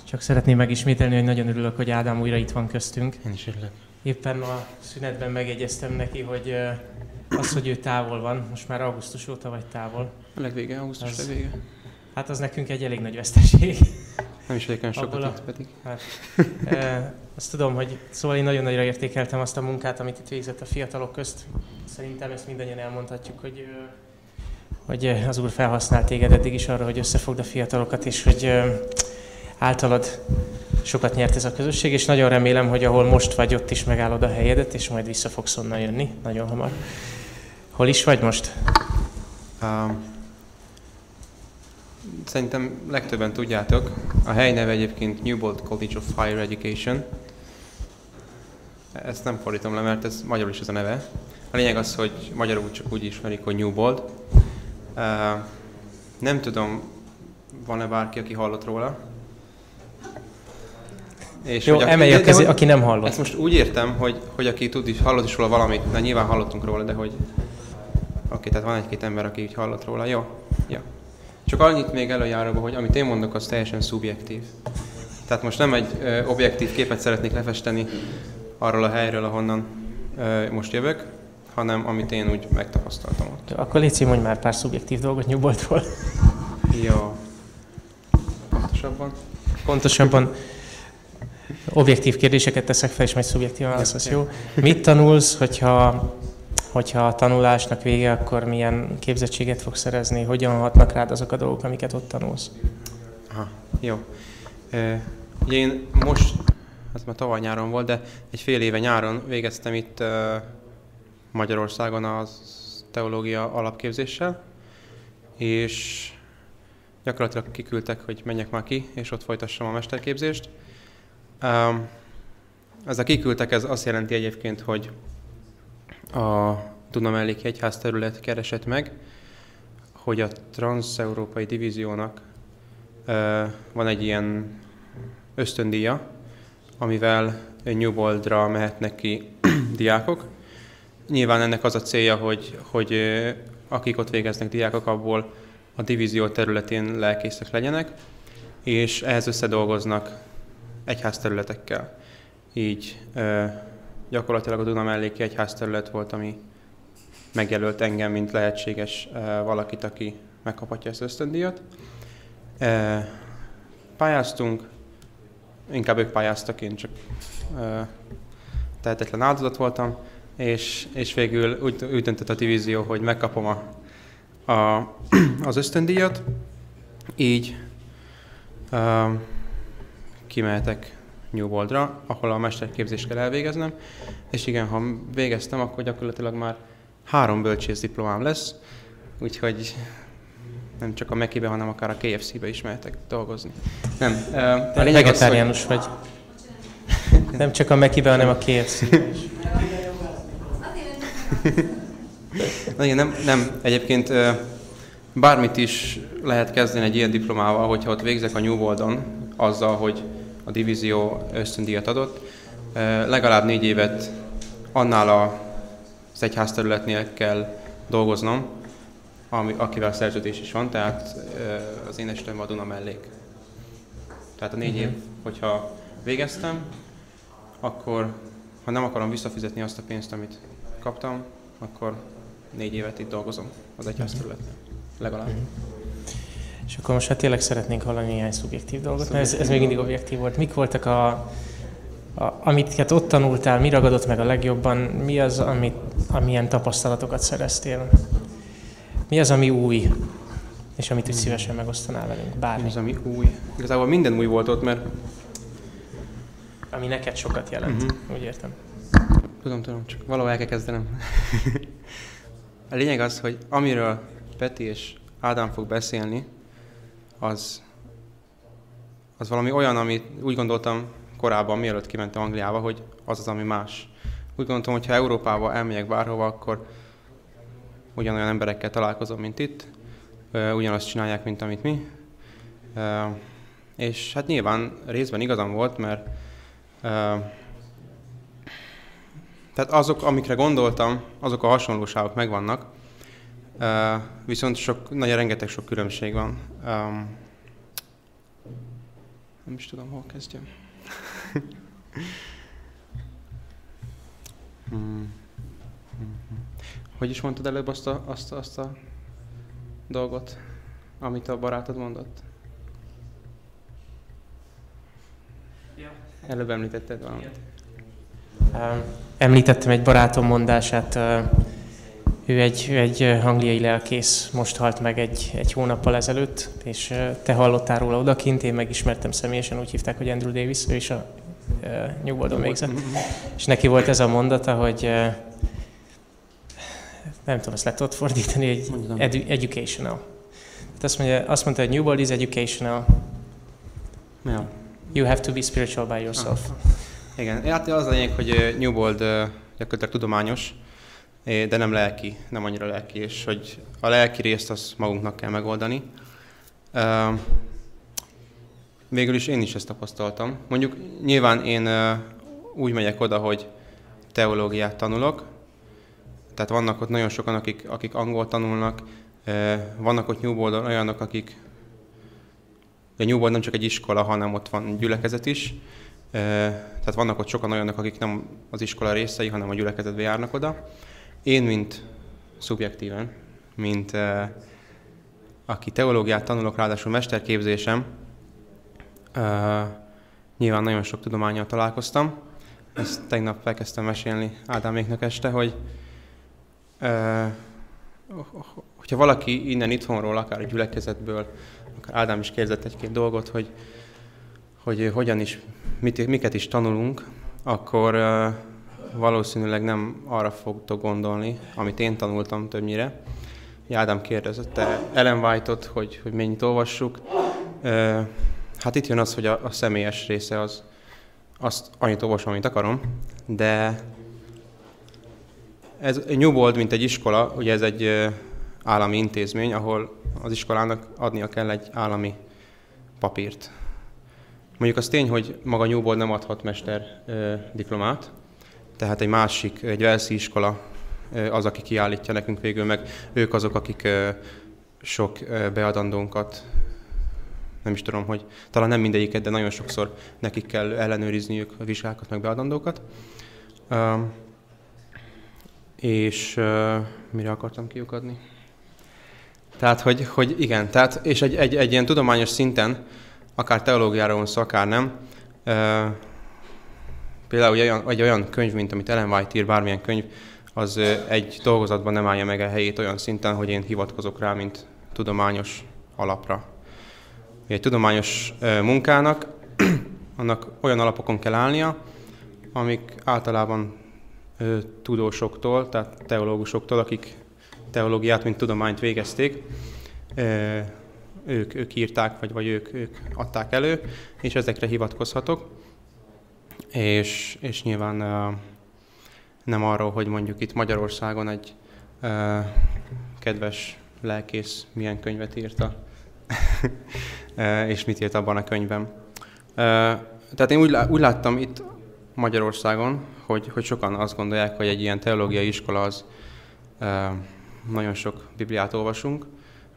Csak szeretném megismételni, hogy nagyon örülök, hogy Ádám újra itt van köztünk. Én is örülök. Éppen a szünetben megjegyeztem neki, hogy az, hogy ő távol van, most már augusztus óta vagy távol. A legvége, augusztus legvége. Hát az nekünk egy elég nagy veszteség. Nem is vagyok olyan sokat itt pedig. Hát, azt tudom, hogy szóval én nagyon nagyra értékeltem azt a munkát, amit itt végzett a fiatalok közt. Szerintem ezt mindannyian elmondhatjuk, hogy az Úr felhasznált téged eddig is arra, hogy összefogd a fiatalokat, és hogy általad sokat nyert ez a közösség, és nagyon remélem, hogy ahol most vagy, ott is megállod a helyedet, és majd vissza fogsz onnan jönni, nagyon hamar. Hol is vagy most? Szerintem legtöbben tudjátok. A hely neve egyébként Newbold College of Higher Education. Ezt nem fordítom le, mert ez magyarul is ez a neve. A lényeg az, hogy magyarul csak úgy ismerik, hogy Newbold. Nem tudom, van-e bárki, aki hallott róla? És jó, emelj a kezét, aki nem hallott. Ezt most úgy értem, hogy aki tud is, hallott is róla valamit, de nyilván hallottunk róla, de hogy... Oké, tehát van egy-két ember, aki így hallott róla. Jó. Ja. Csak annyit még előjáróba, hogy amit én mondok, az teljesen szubjektív. Tehát most nem egy objektív képet szeretnék lefesteni arról a helyről, ahonnan most jövök, hanem amit én úgy megtapasztaltam ott. Jó, akkor légy mondj már pár szubjektív dolgot Newboldról. Jó. Pontosabban objektív kérdéseket teszek fel, és majd szubjektívan válaszolsz, jó? Mit tanulsz, hogyha a tanulásnak vége, akkor milyen képzettséget fogsz szerezni? Hogyan hatnak rád azok a dolgok, amiket ott tanulsz? Aha, jó. Ugye én most, ez már tavaly nyáron volt, de egy fél éve nyáron végeztem itt Magyarországon az teológia alapképzéssel, és gyakorlatilag kiküldtek, hogy menjek már ki, és ott folytassam a mesterképzést. Ez a kiküldtek, ez azt jelenti egyébként, hogy a Duna-melléki Egyház terület keresett meg, hogy a Transz-európai divíziónak van egy ilyen ösztöndíja, amivel Newboldra mehetnek ki diákok. Nyilván ennek az a célja, hogy akik ott végeznek diákok, abból a divízió területén lelkészek legyenek, és ehhez összedolgoznak egyházterületekkel. Így gyakorlatilag a Duna-melléki Egyházterület volt, ami megjelölt engem, mint lehetséges valakit, aki megkaphatja ezt ösztöndíjat. Pályáztunk, inkább ők pályáztak, én csak tehetetlen áldozat voltam, és végül úgy döntött a divízió, hogy megkapom az ösztöndíjat, így kimehetek Newboldra, ahol a mesterképzést kell elvégeznem, és igen, ha végeztem, akkor gyakorlatilag már 3 bölcsész diplomám lesz, úgyhogy nem csak a Mekibe, hanem akár a KFC-be is mehetek dolgozni. Nem, a lényeg vegetáriánus az, hogy... vagy. Nem csak a Mekibe, hanem a KFC-be is. Nem, egyébként bármit is lehet kezdeni egy ilyen diplomával, hogyha ott végzek a Newboldon, azzal, hogy a divízió ösztöndíjat adott. Legalább 4 évet annál az egyházterületnél kell dolgoznom, akivel szerződés is van, tehát az én esetemben a Duna-mellék. Tehát a 4 év, hogyha végeztem, akkor ha nem akarom visszafizetni azt a pénzt, amit kaptam, akkor 4 évet itt dolgozom az egyházterületnél. Legalább. És akkor most hát tényleg szeretnénk hallani néhány szubjektív dolgot, mert ez még mindig objektív volt. Mik voltak amit ott tanultál, mi ragadott meg a legjobban, mi az, amilyen tapasztalatokat szereztél? Mi az, ami új, és amit úgy szívesen megosztanál velünk? Bármi. Mi az, ami új? Igazából minden új volt ott, mert... Ami neked sokat jelent, úgy értem. Tudom, csak valahol el kell kezdenem. A lényeg az, hogy amiről Peti és Ádám fog beszélni, az valami olyan, amit úgy gondoltam korábban, mielőtt kimentem Angliába, hogy az, ami más. Úgy gondoltam, hogy ha Európába elmegyek bárhova, akkor ugyanolyan emberekkel találkozom, mint itt, ugyanazt csinálják, mint amit mi. És hát nyilván részben igazam volt, mert tehát azok, amikre gondoltam, azok a hasonlóságok megvannak, viszont rengeteg sok különbség van. Nem is tudom, hol kezdjem. Hogy is mondtad előbb azt a dolgot, amit a barátod mondott? Ja. Előbb említetted valamit. Említettem egy barátom mondását. Ő egy angliai lelkész, most halt meg egy hónappal ezelőtt, és te hallottál róla odakint, én megismertem személyesen, úgy hívták, hogy Andrew Davis, ő is a New Worldon végzett. És neki volt ez a mondata, hogy nem tudom, ezt le tudod fordítani, hogy educational. Tehát azt mondta, hogy New World is educational. Ja. You have to be spiritual by yourself. Igen, hát az a lényeg, hogy New World gyakorlatilag tudományos, de nem lelki, nem annyira lelki, és hogy a lelki részt azt magunknak kell megoldani. Végül is én is ezt tapasztaltam. Mondjuk nyilván én úgy megyek oda, hogy teológiát tanulok, tehát vannak ott nagyon sokan, akik angol tanulnak, vannak ott New Worldon olyanok, akik... A New World nem csak egy iskola, hanem ott van gyülekezet is. Tehát vannak ott sokan olyanok, akik nem az iskola részei, hanem a gyülekezetbe járnak oda. Én, mint szubjektíven, mint aki teológiát tanulok, ráadásul mesterképzésem, nyilván nagyon sok tudománnyal találkoztam. Ezt tegnap elkezdtem mesélni Ádáméknak este, hogy hogyha valaki innen itthonról, akár a gyülekezetből, akár Ádám is kérdezett egy-két dolgot, hogy hogyan is, miket is tanulunk, akkor valószínűleg nem arra fogtok gondolni, amit én tanultam többnyire. Ádám kérdezett Ellen White-ot, hogy mennyit olvassuk. Hát itt jön az, hogy a személyes része azt annyit olvasom, amit akarom, de ez New World, mint egy iskola, ugye ez egy állami intézmény, ahol az iskolának adnia kell egy állami papírt. Mondjuk az tény, hogy maga New World nem adhat mester diplomát, tehát egy másik, egy Walesi iskola az, aki kiállítja nekünk végül, meg ők azok, akik sok beadandónkat, nem is tudom, hogy talán nem mindegyiket, de nagyon sokszor nekik kell ellenőrizniük a vizsgákat, meg beadandókat. És mire akartam kiukadni? Tehát, hogy igen, tehát, és egy ilyen tudományos szinten, akár teológiáról van szó, akár nem, például egy olyan könyv, mint amit Ellen White ír, bármilyen könyv, az egy dolgozatban nem állja meg a helyét olyan szinten, hogy én hivatkozok rá, mint tudományos alapra. Egy tudományos munkának, annak olyan alapokon kell állnia, amik általában tudósoktól, tehát teológusoktól, akik teológiát, mint tudományt végezték, ők írták, vagy ők adták elő, és ezekre hivatkozhatok. És nyilván nem arról, hogy mondjuk itt Magyarországon egy kedves lelkész milyen könyvet írta, és mit írt abban a könyvben. Tehát én úgy láttam itt Magyarországon, hogy sokan azt gondolják, hogy egy ilyen teológiai iskola az nagyon sok Bibliát olvasunk,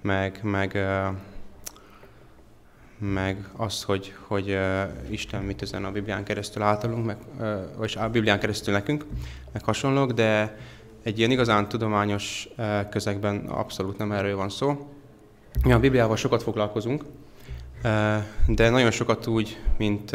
meg az, hogy Isten mit üzen a Biblián keresztül általunk, vagy a Biblián keresztül nekünk, meg hasonlók, de egy ilyen igazán tudományos közegben abszolút nem erről van szó. Mi a Bibliával sokat foglalkozunk, de nagyon sokat úgy, mint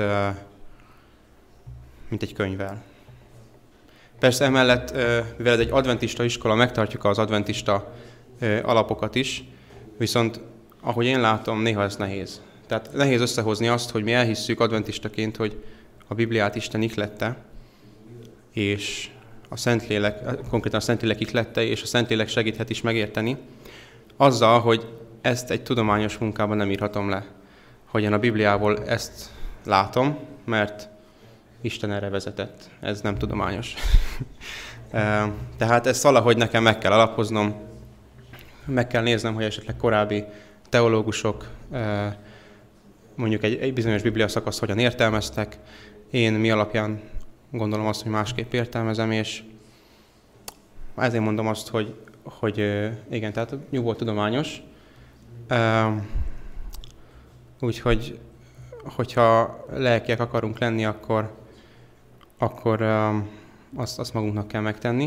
egy könyvvel. Persze emellett, mivel ez egy adventista iskola, megtartjuk az adventista alapokat is, viszont ahogy én látom, néha ez nehéz. Tehát nehéz összehozni azt, hogy mi elhisszük adventistaként, hogy a Bibliát Isten ihlette, és a Szentlélek, konkrétan a Szentlélek ihlette, és a Szentlélek segíthet is megérteni, azzal, hogy ezt egy tudományos munkában nem írhatom le. Hogy én a Bibliából ezt látom, mert Isten erre vezetett. Ez nem tudományos. Tehát ezt valahogy nekem meg kell alapoznom, meg kell néznem, hogy esetleg korábbi teológusok mondjuk egy bizonyos Biblia szakaszt hogyan értelmeztek. Én mi alapján gondolom azt, hogy másképp értelmezem, és ezért mondom azt, hogy igen, tehát New World tudományos. Úgyhogy hogyha lelkiek akarunk lenni, akkor azt magunknak kell megtenni.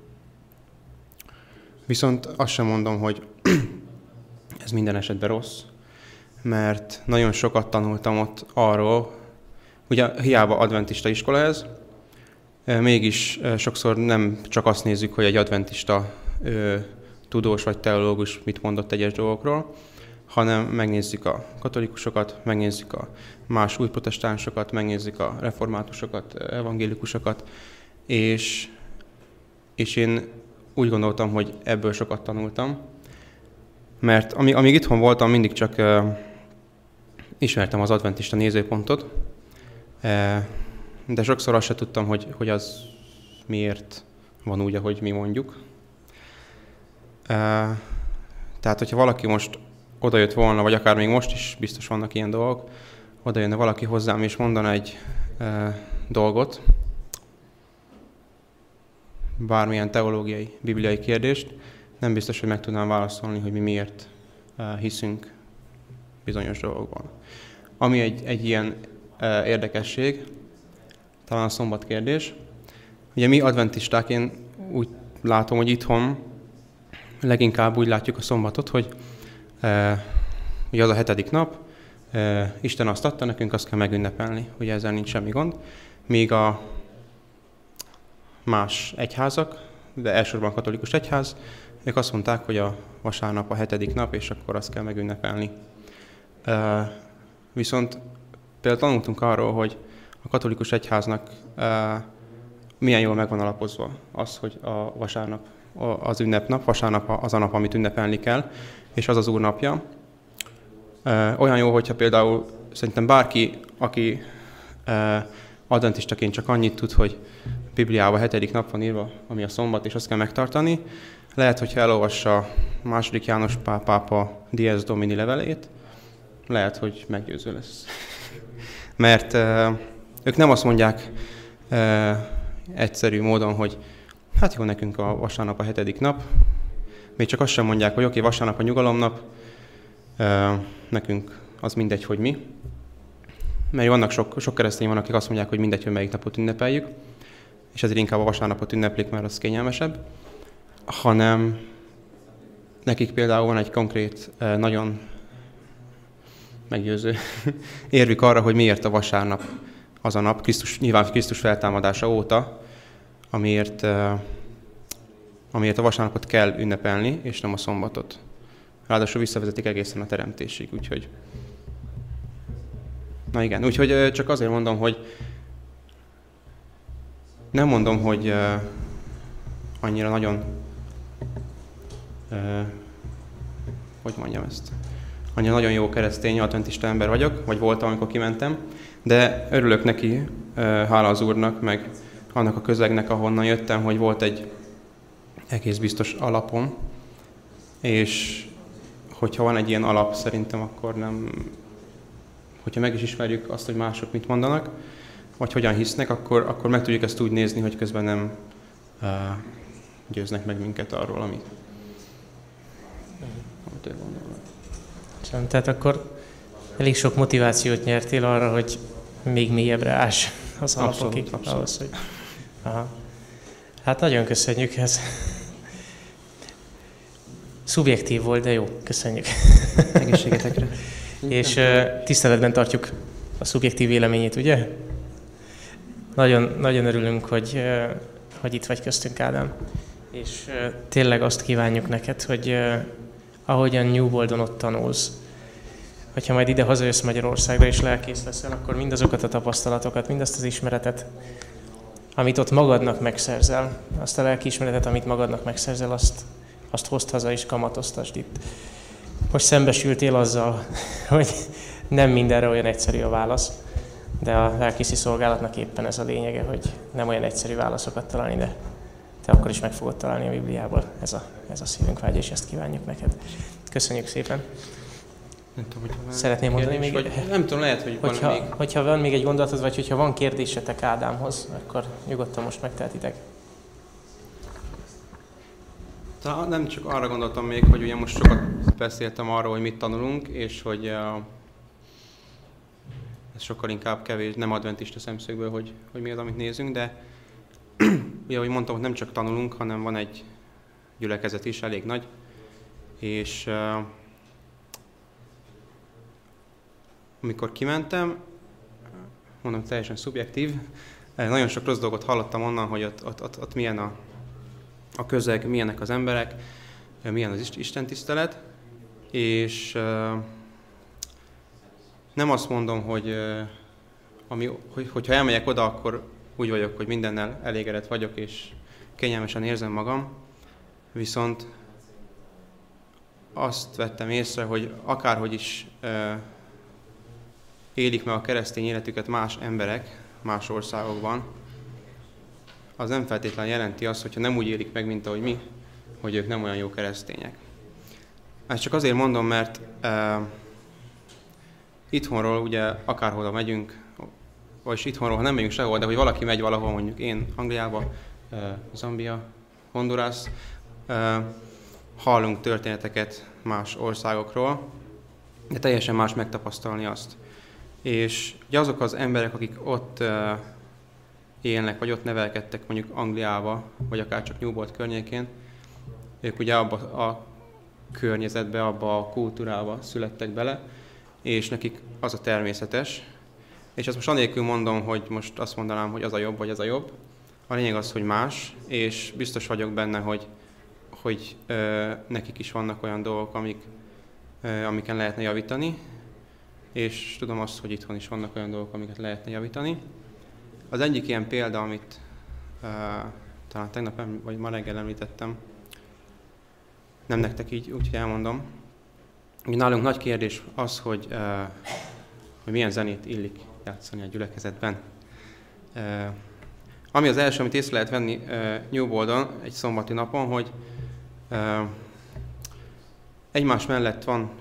Viszont azt sem mondom, hogy ez minden esetben rossz, mert nagyon sokat tanultam ott arról, ugye hiába adventista iskola ez, mégis sokszor nem csak azt nézzük, hogy egy adventista tudós vagy teológus mit mondott egyes dolgokról, hanem megnézzük a katolikusokat, megnézzük a más új protestánsokat, megnézzük a reformátusokat, evangélikusokat, és én úgy gondoltam, hogy ebből sokat tanultam, mert amíg itthon voltam, mindig csak ismertem az adventista nézőpontot, de sokszor azt sem tudtam, hogy az miért van úgy, ahogy mi mondjuk. Tehát, hogyha valaki most odajött volna, vagy akár még most is biztos vannak ilyen dolgok, odajönne valaki hozzám és mondana egy dolgot, bármilyen teológiai, bibliai kérdést, nem biztos, hogy meg tudnám válaszolni, hogy mi miért hiszünk bizonyos dolgokban. Ami egy ilyen érdekesség, talán a szombat kérdés. Ugye mi adventisták, én úgy látom, hogy itthon leginkább úgy látjuk a szombatot, hogy ugye az a 7. nap, Isten azt adta, nekünk azt kell megünnepelni, ugye ezzel nincs semmi gond. Míg a más egyházak, de elsősorban a katolikus egyház, ők azt mondták, hogy a vasárnap a 7. nap, és akkor azt kell megünnepelni. Viszont például tanultunk arról, hogy a katolikus egyháznak milyen jól megvan alapozva az, hogy a vasárnap az ünnepnap, vasárnap az a nap, amit ünnepelni kell, és az az Úr napja. Olyan jó, hogyha például szerintem bárki, aki adventistaként csak annyit tud, hogy Bibliában 7. nap van írva, ami a szombat, és azt kell megtartani, lehet, hogyha elolvassa II. János Pál pápa Dies Domini levelét, lehet, hogy meggyőző lesz. Mert ők nem azt mondják egyszerű módon, hogy hát jó, nekünk a vasárnap a 7. nap, még csak azt sem mondják, hogy oké, vasárnap a nyugalomnap, nekünk az mindegy, hogy mi. Mert vannak sok keresztény van, akik azt mondják, hogy mindegy, hogy melyik napot ünnepeljük, és ezért inkább a vasárnapot ünneplik, mert az kényelmesebb, hanem nekik például van egy konkrét, nagyon meggyőző érvük arra, hogy miért a vasárnap az a nap, nyilván Krisztus feltámadása óta, amiért a vasárnapot kell ünnepelni, és nem a szombatot. Ráadásul visszavezetik egészen a teremtésig, úgyhogy... Na igen, úgyhogy csak azért mondom, hogy nem mondom, hogy annyira nagyon, hogy mondjam ezt, annyira nagyon jó keresztény, adventista ember vagyok, vagy voltam, amikor kimentem, de örülök neki, hála az Úrnak, meg annak a közegnek, ahonnan jöttem, hogy volt egy egész biztos alapom, és hogyha van egy ilyen alap, szerintem akkor nem, hogyha meg is ismerjük azt, hogy mások mit mondanak, vagy hogyan hisznek, akkor meg tudjuk ezt úgy nézni, hogy közben nem győznek meg minket arról, amit ő gondolnak. Tehát akkor elég sok motivációt nyertél arra, hogy még mélyebbre ás az alapokig. Abszolút. Ahhoz, hogy... Aha. Hát nagyon köszönjük ez. Szubjektív volt, de jó, köszönjük. Egészségetekre. És tiszteletben tartjuk a szubjektív véleményét, ugye? Nagyon, nagyon örülünk, hogy itt vagy köztünk, Ádám. És tényleg azt kívánjuk neked, hogy ahogyan Newboldon ott tanulsz, hogyha majd ide hazajössz Magyarországra és lelkész leszel, akkor mindazokat a tapasztalatokat, mindazt az ismeretet, amit ott magadnak megszerzel, azt a lelkiismeretet, amit magadnak megszerzel, azt hozd haza és kamatoztasd itt. Most szembesültél azzal, hogy nem mindenre olyan egyszerű a válasz, de a lelkészi szolgálatnak éppen ez a lényege, hogy nem olyan egyszerű válaszokat találni, de te akkor is meg fogod találni a Bibliából. Ez a szívünk vágya, és ezt kívánjuk neked. Köszönjük szépen! Nem tudom, hogy szeretném mondani még... Nem tudom, lehet, hogy van még... Hogyha van még egy gondolatod, vagy hogyha van kérdésetek Ádámhoz, akkor nyugodtan most megtehetitek. Nem csak arra gondoltam még, hogy ugye most sokat beszéltem arról, hogy mit tanulunk, és hogy ez sokkal inkább kevés, nem adventista szemszögből, hogy mi az, amit nézünk, de ugye, ahogy mondtam, hogy nem csak tanulunk, hanem van egy gyülekezet is, elég nagy, és amikor kimentem, mondom, teljesen szubjektív, nagyon sok rossz dolgot hallottam onnan, hogy ott milyen a közeg, milyenek az emberek, milyen az istentisztelet, és nem azt mondom, hogyha elmegyek oda, akkor úgy vagyok, hogy mindennel elégedett vagyok, és kényelmesen érzem magam, viszont azt vettem észre, hogy akárhogy is élik meg a keresztény életüket más emberek más országokban, az nem feltétlenül jelenti azt, hogyha nem úgy élik meg, mint ahogy mi, hogy ők nem olyan jó keresztények. Ezt csak azért mondom, mert itthonról ugye akárhol megyünk, vagyis itthonról, ha nem megyünk sehol, de hogy valaki megy valahol, mondjuk én Angliába, Zambia, Honduras, hallunk történeteket más országokról, de teljesen más megtapasztalni azt. És ugye azok az emberek, akik ott élnek, vagy ott nevelkedtek mondjuk Angliába, vagy akár csak Newport környékén, ők ugye abba a környezetbe, abba a kultúrába születtek bele, és nekik az a természetes. És azt most anélkül mondom, hogy most azt mondanám, hogy az a jobb, vagy ez a jobb. A lényeg az, hogy más, és biztos vagyok benne, hogy nekik is vannak olyan dolgok, amiken lehetne javítani, és tudom azt, hogy itthon is vannak olyan dolgok, amiket lehetne javítani. Az egyik ilyen példa, amit talán tegnap vagy ma reggel említettem, nem nektek így, úgyhogy elmondom. Nálunk nagy kérdés az, hogy milyen zenét illik játszani a gyülekezetben. Ami az első, amit észre lehet venni Newporton egy szombati napon, hogy egymás mellett van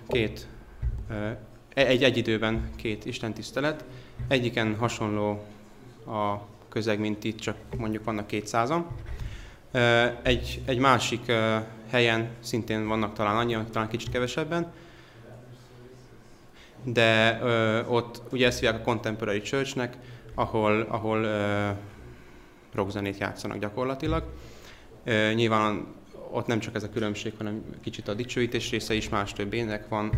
egy időben két istentisztelet. Egyiken hasonló a közeg, mint itt, csak mondjuk vannak 200-an. Egy másik helyen szintén vannak talán annyian, talán kicsit kevesebben, de ott ugye ezt hívják a Contemporary Churchnek, ahol rockzenét játszanak gyakorlatilag. Nyilván ott nem csak ez a különbség, hanem kicsit a dicsőítés része is, más több ének van.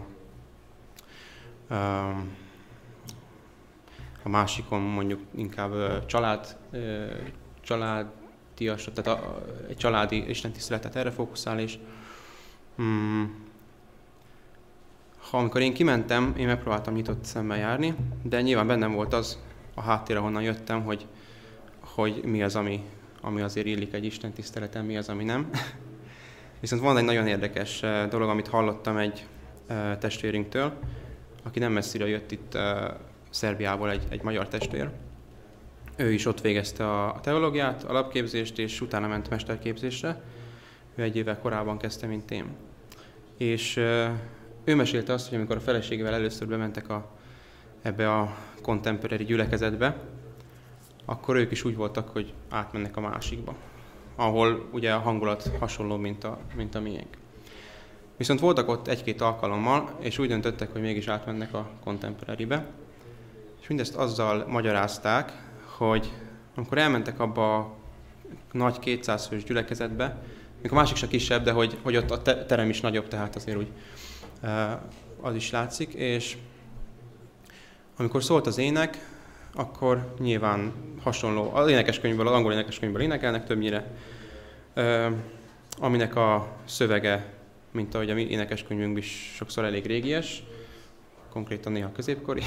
A másikon mondjuk inkább családias, tehát egy családi istentiszteletet erre fókuszál, és amikor én kimentem, én megpróbáltam nyitott szemmel járni, de nyilván bennem volt az a háttér, ahonnan jöttem, hogy mi az, ami azért illik egy istentiszteleten, mi az, ami nem. Viszont van egy nagyon érdekes dolog, amit hallottam egy testvérünktől, aki nem messzire jött itt Szerbiából, egy magyar testvér. Ő is ott végezte a teológiát, alapképzést, és utána ment mesterképzésre. Ő 1 évvel korábban kezdte, mint én. És ő mesélte azt, hogy amikor a feleségével először bementek ebbe a contemporary gyülekezetbe, akkor ők is úgy voltak, hogy átmennek a másikba, ahol ugye a hangulat hasonló, mint a miénk. Viszont voltak ott 1-2 alkalommal, és úgy döntöttek, hogy mégis átmennek a contemporary-be, és mindezt azzal magyarázták, hogy amikor elmentek abba a nagy 200 fős gyülekezetbe, még a másik se kisebb, de hogy ott a terem is nagyobb, tehát azért úgy az is látszik, és amikor szólt az ének, akkor nyilván hasonló, az énekeskönyvből, az angol énekeskönyvből énekelnek többnyire, aminek a szövege, mint ahogy a mi énekeskönyvünk is sokszor elég régies, konkrétan néha középkori.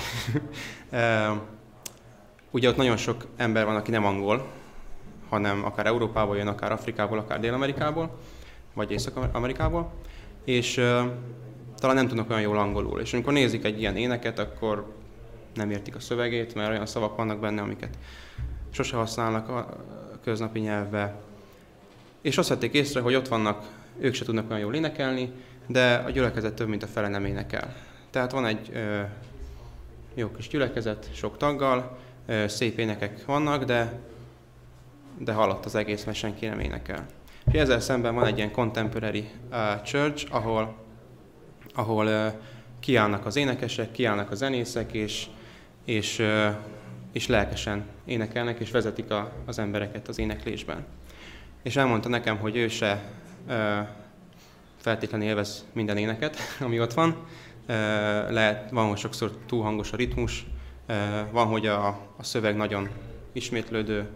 Ugye ott nagyon sok ember van, aki nem angol, hanem akár Európából jön, akár Afrikából, akár Dél-Amerikából, vagy Észak-Amerikából, és talán nem tudnak olyan jól angolul. És amikor nézik egy ilyen éneket, akkor nem értik a szövegét, mert olyan szavak vannak benne, amiket sose használnak a köznapi nyelvbe. És azt vették észre, hogy ott vannak, ők se tudnak olyan jól énekelni, de a gyülekezet több mint a fele nem énekel. Tehát van egy jó kis gyülekezet, sok taggal, szép énekek vannak, de halott az egész, mert senki nem énekel. És ezzel szemben van egy ilyen contemporary church, ahol kiállnak az énekesek, kiállnak a zenészek, és és lelkesen énekelnek, és vezetik az embereket az éneklésben. És elmondta nekem, hogy ő se feltétlenül élvez minden éneket, ami ott van. Van, hogy sokszor túl hangos a ritmus, van, hogy a szöveg nagyon ismétlődő,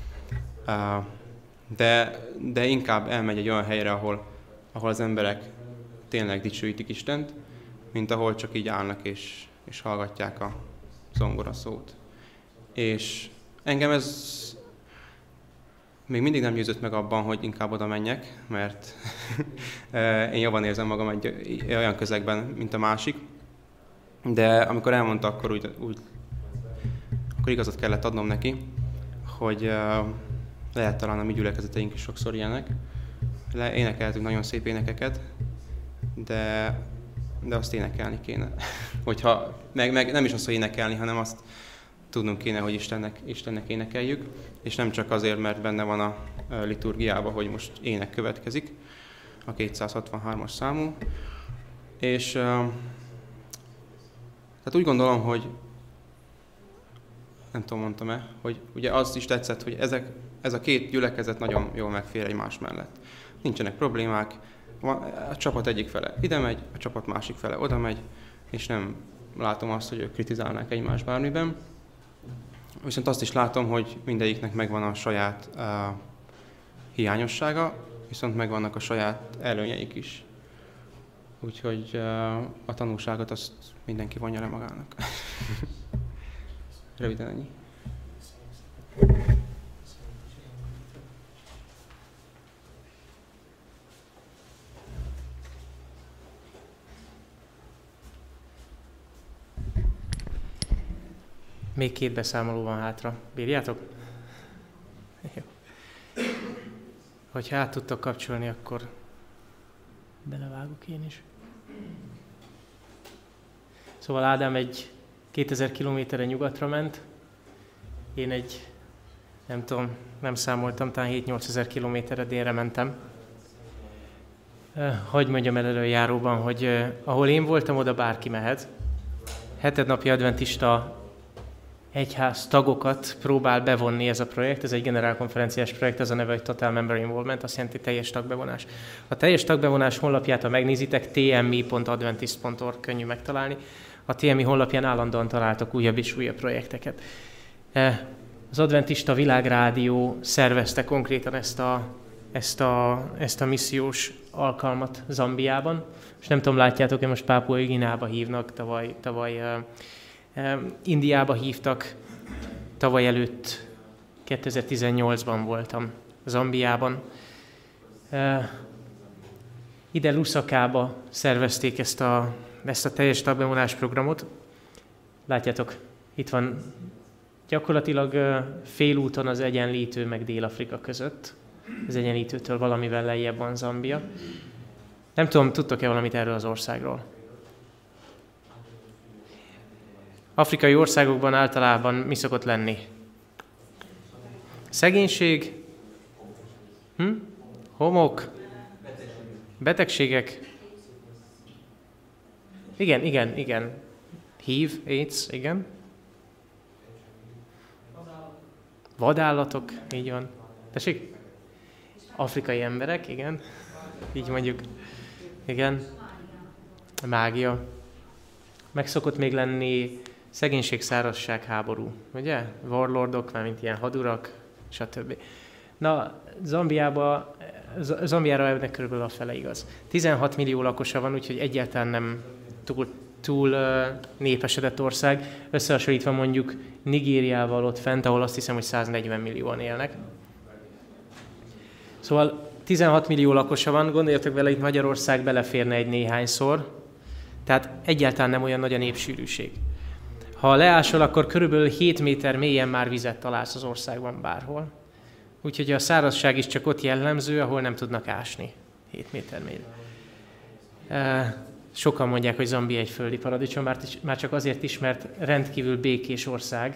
de inkább elmegy egy olyan helyre, ahol az emberek tényleg dicsőítik Istent, mint ahol csak így állnak és hallgatják a zongora szót. És engem ez még mindig nem győzött meg abban, hogy inkább oda menjek, mert én jobban érzem magam egy olyan közegben, mint a másik. De amikor elmondta, akkor akkor igazat kellett adnom neki, hogy lehet talán a mi gyülekezeteink is sokszor ilyenek. Énekeltünk nagyon szép énekeket, de azt énekelni kéne. Hogyha, meg nem is azt, hogy énekelni, hanem azt tudnunk kéne, hogy Istennek énekeljük, és nem csak azért, mert benne van a liturgiában, hogy most ének következik, a 263-as számú. És tehát úgy gondolom, hogy nem tudom, mondtam-e, hogy ugye az is tetszett, hogy ez a két gyülekezet nagyon jól megfér egymás mellett. Nincsenek problémák, a csapat egyik fele ide megy, a csapat másik fele oda megy, és nem látom azt, hogy ők kritizálnák egymást bármiben. Viszont azt is látom, hogy mindegyiknek megvan a saját hiányossága, viszont megvannak a saját előnyeik is. Úgyhogy a tanulságot azt mindenki vonja le magának. Röviden ennyi. Még 2 beszámoló van hátra. Bírjátok? Jó. Hogyha át tudtok kapcsolni, akkor belevágok én is. Szóval Ádám egy 2000 kilométerre nyugatra ment. Én nem számoltam, talán 7-8 ezer kilométerre délre mentem. Hadd mondjam el előjáróban, hogy ahol én voltam, oda bárki mehet. Hetednapi adventista egyház tagokat próbál bevonni ez a projekt, ez egy generálkonferenciás projekt, ez a neve, hogy Total Member Involvement, azt jelenti teljes tagbevonás. A teljes tagbevonás honlapját, ha megnézitek, tmi.adventist.org, könnyű megtalálni. A TMI honlapján állandóan találtak újabb és újabb projekteket. Az Adventista Világrádió szervezte konkrétan ezt a missziós alkalmat Zambiában. És nem tudom, látjátok-e, most Pápua Új-Guineába hívnak, tavaly Indiába hívtak, tavaly előtt 2018-ban voltam Zambiában. Ide Lusakabe szervezték ezt a teljes tagbevonás programot. Látjátok, itt van gyakorlatilag félúton az Egyenlítő meg Dél-Afrika között. Az Egyenlítőtől valamivel lejjebb van Zambia. Nem tudom, tudtok-e valamit erről az országról? Afrikai országokban általában mi szokott lenni? Szegénység, homok, betegségek. Igen. HIV, AIDS, igen. Vadállatok, így van. Tessék? Afrikai emberek, igen. Így mondjuk. Igen. Mágia. Meg szokott még lenni szegénység, szárazság, háború. Ugye? Warlordok, mármint ilyen hadurak, stb. Na, Zambiára ennek körülbelül a fele igaz. 16 millió lakosa van, úgyhogy egyáltalán nem túl népesedett ország. Összehasonlítva mondjuk Nigériával ott fent, ahol azt hiszem, hogy 140 millióan élnek. Szóval 16 millió lakosa van, gondoljatok vele, itt Magyarország beleférne egy néhányszor, tehát egyáltalán nem olyan nagy a népsűrűség. Ha leásol, akkor körülbelül 7 méter mélyen már vizet találsz az országban bárhol. Úgyhogy a szárazság is csak ott jellemző, ahol nem tudnak ásni 7 méter mélyre. Sokan mondják, hogy Zambia egy földi paradicsom, már csak azért is, mert rendkívül békés ország.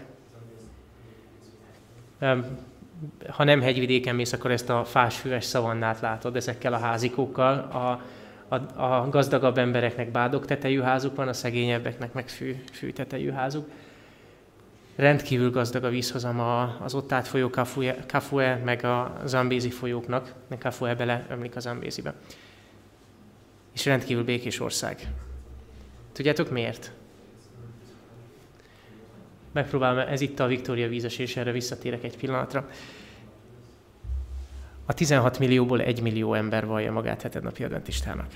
Ha nem hegyvidéken mész, akkor ezt a fásfüves szavannát látod, ezekkel a házikókkal. A gazdagabb embereknek bádog tetejű házuk van, a szegényebbeknek meg fű tetejű házuk. Rendkívül gazdag a vízhozama az ott átfolyó Kafue, meg a Zambézi folyóknak, meg Kafue beleömlik a Zambézibe. És rendkívül békés ország. Tudjátok miért? Megpróbálom, ez itt a Victoria vízesés, erre visszatérek egy pillanatra. A 16 millióból 1 millió ember vallja magát hetednapi adventistának.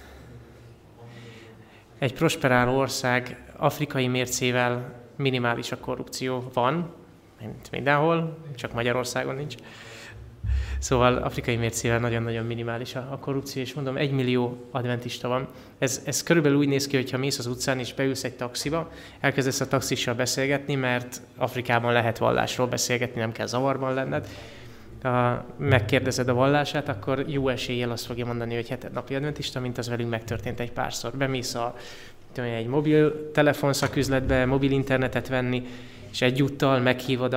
Egy prosperáló ország, afrikai mércével minimális a korrupció van, mint mindenhol, csak Magyarországon nincs. Szóval afrikai mércével nagyon-nagyon minimális a korrupció, és mondom, 1 millió adventista van. Ez körülbelül úgy néz ki, hogyha mész az utcán és beülsz egy taxiba, elkezdesz a taxissal beszélgetni, mert Afrikában lehet vallásról beszélgetni, nem kell zavarban lenned. Ha megkérdezed a vallását, akkor jó eséllyel azt fogja mondani, hogy hetednapi adventista, mint az velünk megtörtént egy párszor. Bemész egy mobil telefonszaküzletbe, mobil internetet venni, és egyúttal meghívod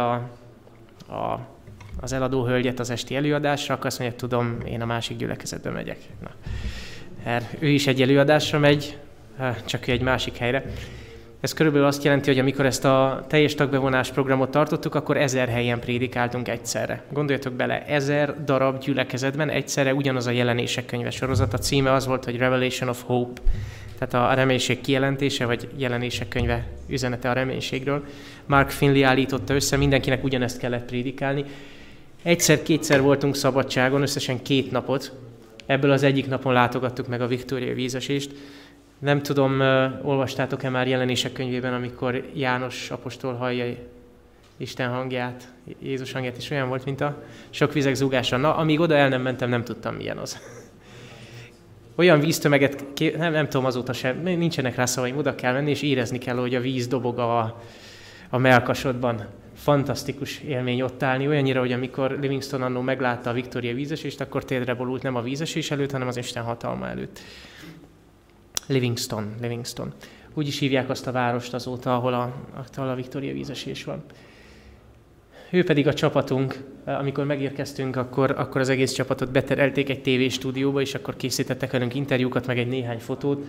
az eladó hölgyet az esti előadásra, akkor azt mondja, tudom, én a másik gyülekezetbe megyek. Na. Ő is egy előadásra megy, csak ő egy másik helyre. Ez körülbelül azt jelenti, hogy amikor ezt a teljes tagbevonás programot tartottuk, akkor 1000 helyen prédikáltunk egyszerre. Gondoljatok bele, 1000 darab gyülekezetben egyszerre ugyanaz a Jelenések könyve sorozat. A címe az volt, hogy Revelation of Hope, tehát a reménység kijelentése, vagy Jelenések könyve üzenete a reménységről. Mark Finley állította össze, mindenkinek ugyanezt kellett prédikálni. Egyszer-kétszer voltunk szabadságon, összesen 2 napot. Ebből az egyik napon látogattuk meg a Victoria vízesést. Nem tudom, olvastátok-e már Jelenések könyvében, amikor János apostol hallja Isten hangját, Jézus hangját, és olyan volt, mint a sok vizek zúgása. Na, amíg oda el nem mentem, nem tudtam, milyen az. Olyan víztömeget, nem tudom azóta sem, nincsenek rá szavaim, oda kell menni, és érezni kell, hogy a víz dobog a mellkasodban. Fantasztikus élmény ott állni, olyannyira, hogy amikor Livingstone annó meglátta a Victoria vízesést, akkor térdre borult nem a vízesés előtt, hanem az Isten hatalma előtt. Livingstone. Úgy is hívják azt a várost azóta, ahol a Victoria vízesés van. Ő pedig a csapatunk, amikor megérkeztünk, akkor az egész csapatot beterelték egy tévéstúdióba, és akkor készítettek velünk interjúkat, meg egy néhány fotót.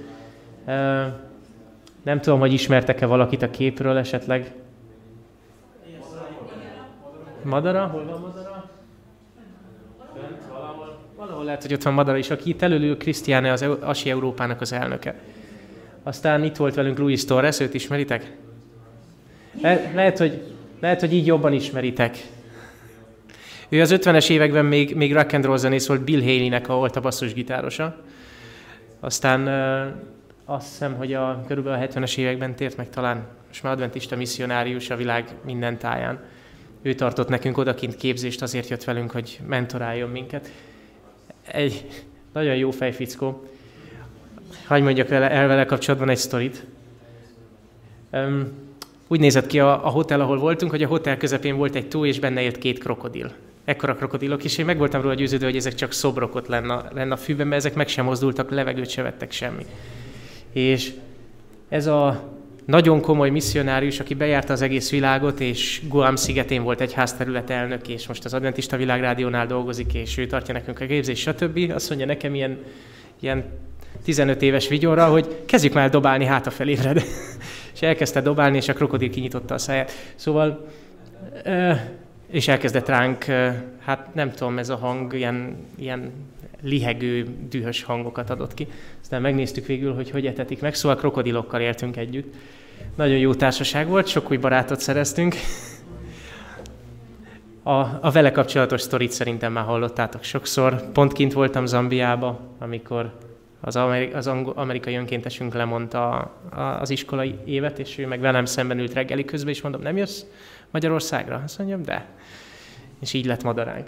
Nem tudom, hogy ismertek-e valakit a képről esetleg. Madara? Hol van Madara? Fönt, valahol lehet, hogy ott van Madara is, aki itt előlül Krisztiáne, az Asi Európának az elnöke. Aztán itt volt velünk Luis Torres, őt ismeritek? Lehet, hogy így jobban ismeritek. Ő az 50-es években még rock and roll zenész volt, Bill Haley-nek volt a basszusgitárosa. Aztán azt hiszem, hogy körülbelül a 70-es években tért meg talán, most már adventista misszionárius a világ minden táján. Ő tartott nekünk odakint képzést, azért jött velünk, hogy mentoráljon minket. Egy nagyon jó fejfickó. Hadd mondjak el vele kapcsolatban egy sztorit. Úgy nézett ki a hotel, ahol voltunk, hogy a hotel közepén volt egy tó, és benne élt 2 krokodil. Ekkora krokodilok, és én meg voltam róla győződve, hogy ezek csak szobrok ott lenne a fűben, mert ezek meg sem mozdultak, levegőt se vettek semmi. És ez a nagyon komoly misszionárius, aki bejárta az egész világot, és Guam szigetén volt egy házterület elnök, és most az Adventista Világrádiónál dolgozik, és ő tartja nekünk a képzést, stb. Azt mondja nekem ilyen 15 éves vigyorra, hogy kezdjük már dobálni hátrafelébred. És elkezdte dobálni, és a krokodil kinyitotta a száját. Szóval, és elkezdett ránk, hát nem tudom, ez a hang ilyen lihegő, dühös hangokat adott ki. Aztán megnéztük végül, hogy etetik meg, szóval krokodilokkal éltünk együtt. Nagyon jó társaság volt, sok új barátot szereztünk. A vele kapcsolatos sztorit szerintem már hallottátok sokszor. Pont kint voltam Zambiába, amikor az amerikai önkéntesünk lemondta az iskolai évet, és ő meg velem szemben ült reggeli közben, és mondom, nem jössz Magyarországra? Azt mondjam, de. És így lett Madaránk.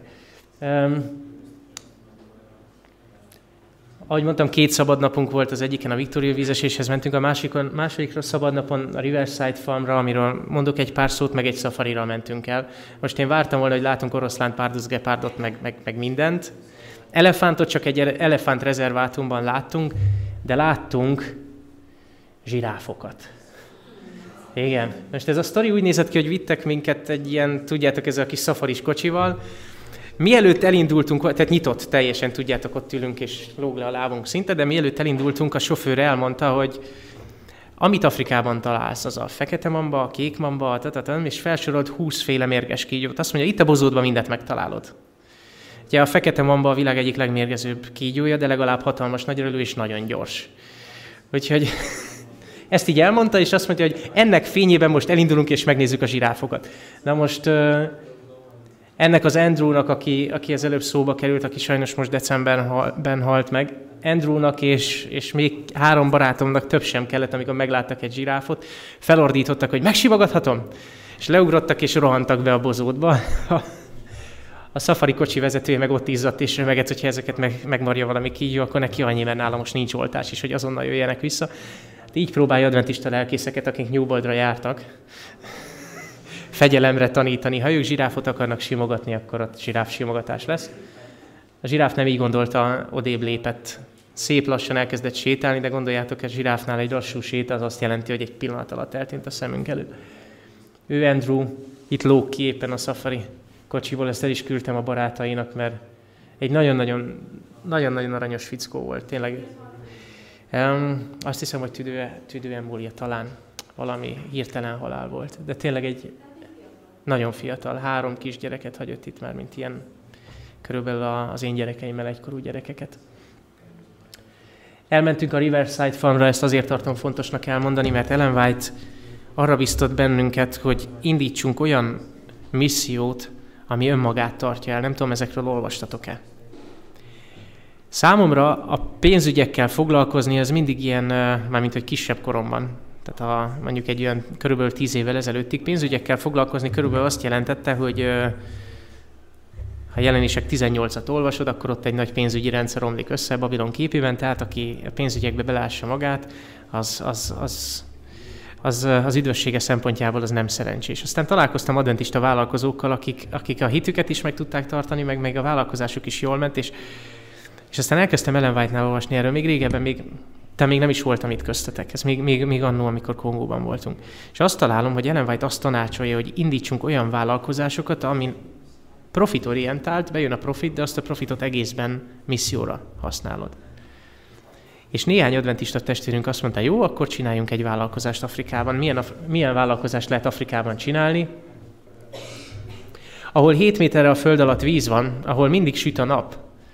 Ahogy mondtam, 2 szabad napunk volt, az egyiken a Victoria vízeséshez mentünk, a másodikra szabad napon a Riverside Farmra, amiről mondok egy pár szót, meg egy szafarira mentünk el. Most én vártam volna, hogy látunk oroszlánt, párduc, gepárdot, meg mindent. Elefántot csak egy elefánt rezervátumban láttunk, de láttunk zsiráfokat. Igen. Most ez a sztori úgy nézett ki, hogy vittek minket egy ilyen, tudjátok, ez a kis szafaris kocsival. Mielőtt elindultunk, tehát nyitott teljesen, tudjátok, ott ülünk és lóg le a lábunk szinte, de mielőtt elindultunk, a sofőr elmondta, hogy amit Afrikában találsz, az a fekete mamba, a kék mamba, és felsorolt 20 féle mérges kígyót. Azt mondja, itt a bozótban mindent megtalálod. Ugye a fekete mamba a világ egyik legmérgezőbb kígyója, de legalább hatalmas nagyrölő és nagyon gyors. Úgyhogy ezt így elmondta, és azt mondja, hogy ennek fényében most elindulunk és megnézzük a zsiráfokat. Na most ennek az Andrewnak, aki az előbb szóba került, aki sajnos most decemberben halt meg, Andrewnak és még 3 barátomnak több sem kellett, amikor megláttak egy zsiráfot, felordítottak, hogy megsimogathatom, és leugrottak és rohantak be a bozótba. A szafari kocsi vezetője meg ott izzadt, és remegett, hogyha ezeket megmarja valami kígyó, akkor neki annyi, mert nála most nincs oltás is, hogy azonnal jöjjenek vissza. Így próbálja adventista lelkészeket, akik Newboldra jártak, fegyelemre tanítani. Ha ők zsiráfot akarnak simogatni, akkor ott zsiráf simogatás lesz. A zsiráf nem így gondolta, odébb lépett. Szép lassan elkezdett sétálni, de gondoljátok, a zsiráfnál egy lassú séta az azt jelenti, hogy egy pillanat alatt eltűnt a szemünk előtt. Ő, Andrew, itt lóg ki éppen a szafari kocsiból, ezt el is küldtem a barátainak, mert egy nagyon-nagyon aranyos fickó volt, tényleg. Azt hiszem, hogy tüdőembólia talán valami hirtelen halál volt, de tényleg egy nagyon fiatal, 3 kisgyereket hagyott itt már, mint ilyen körülbelül az én gyerekeimmel egykorú gyerekeket. Elmentünk a Riverside Farmra, ezt azért tartom fontosnak elmondani, mert Ellen White arra biztat bennünket, hogy indítsunk olyan missziót, ami önmagát tartja el. Nem tudom, ezekről olvastatok-e? Számomra a pénzügyekkel foglalkozni, ez mindig ilyen, mármint hogy kisebb koromban, tehát mondjuk egy olyan körülbelül 10 évvel ezelőttig pénzügyekkel foglalkozni körülbelül azt jelentette, hogy ha Jelenések 18-at olvasod, akkor ott egy nagy pénzügyi rendszer omlik össze Babilon képében, tehát aki a pénzügyekbe belássa magát, az üdvössége szempontjából az nem szerencsés. Aztán találkoztam adventista vállalkozókkal, akik a hitüket is meg tudták tartani, meg a vállalkozásuk is jól ment, és aztán elkezdtem Ellen White-nál olvasni erről, még régebben, még nem is voltam itt köztetek, ez még annó, amikor Kongóban voltunk. És azt találom, hogy Ellen White azt tanácsolja, hogy indítsunk olyan vállalkozásokat, amin profitorientált, bejön a profit, de azt a profitot egészben misszióra használod. És néhány adventista testvérünk azt mondta, jó, akkor csináljunk egy vállalkozást Afrikában. Milyen vállalkozást lehet Afrikában csinálni? Ahol 7 méterre a föld alatt víz van, ahol mindig süt a nap,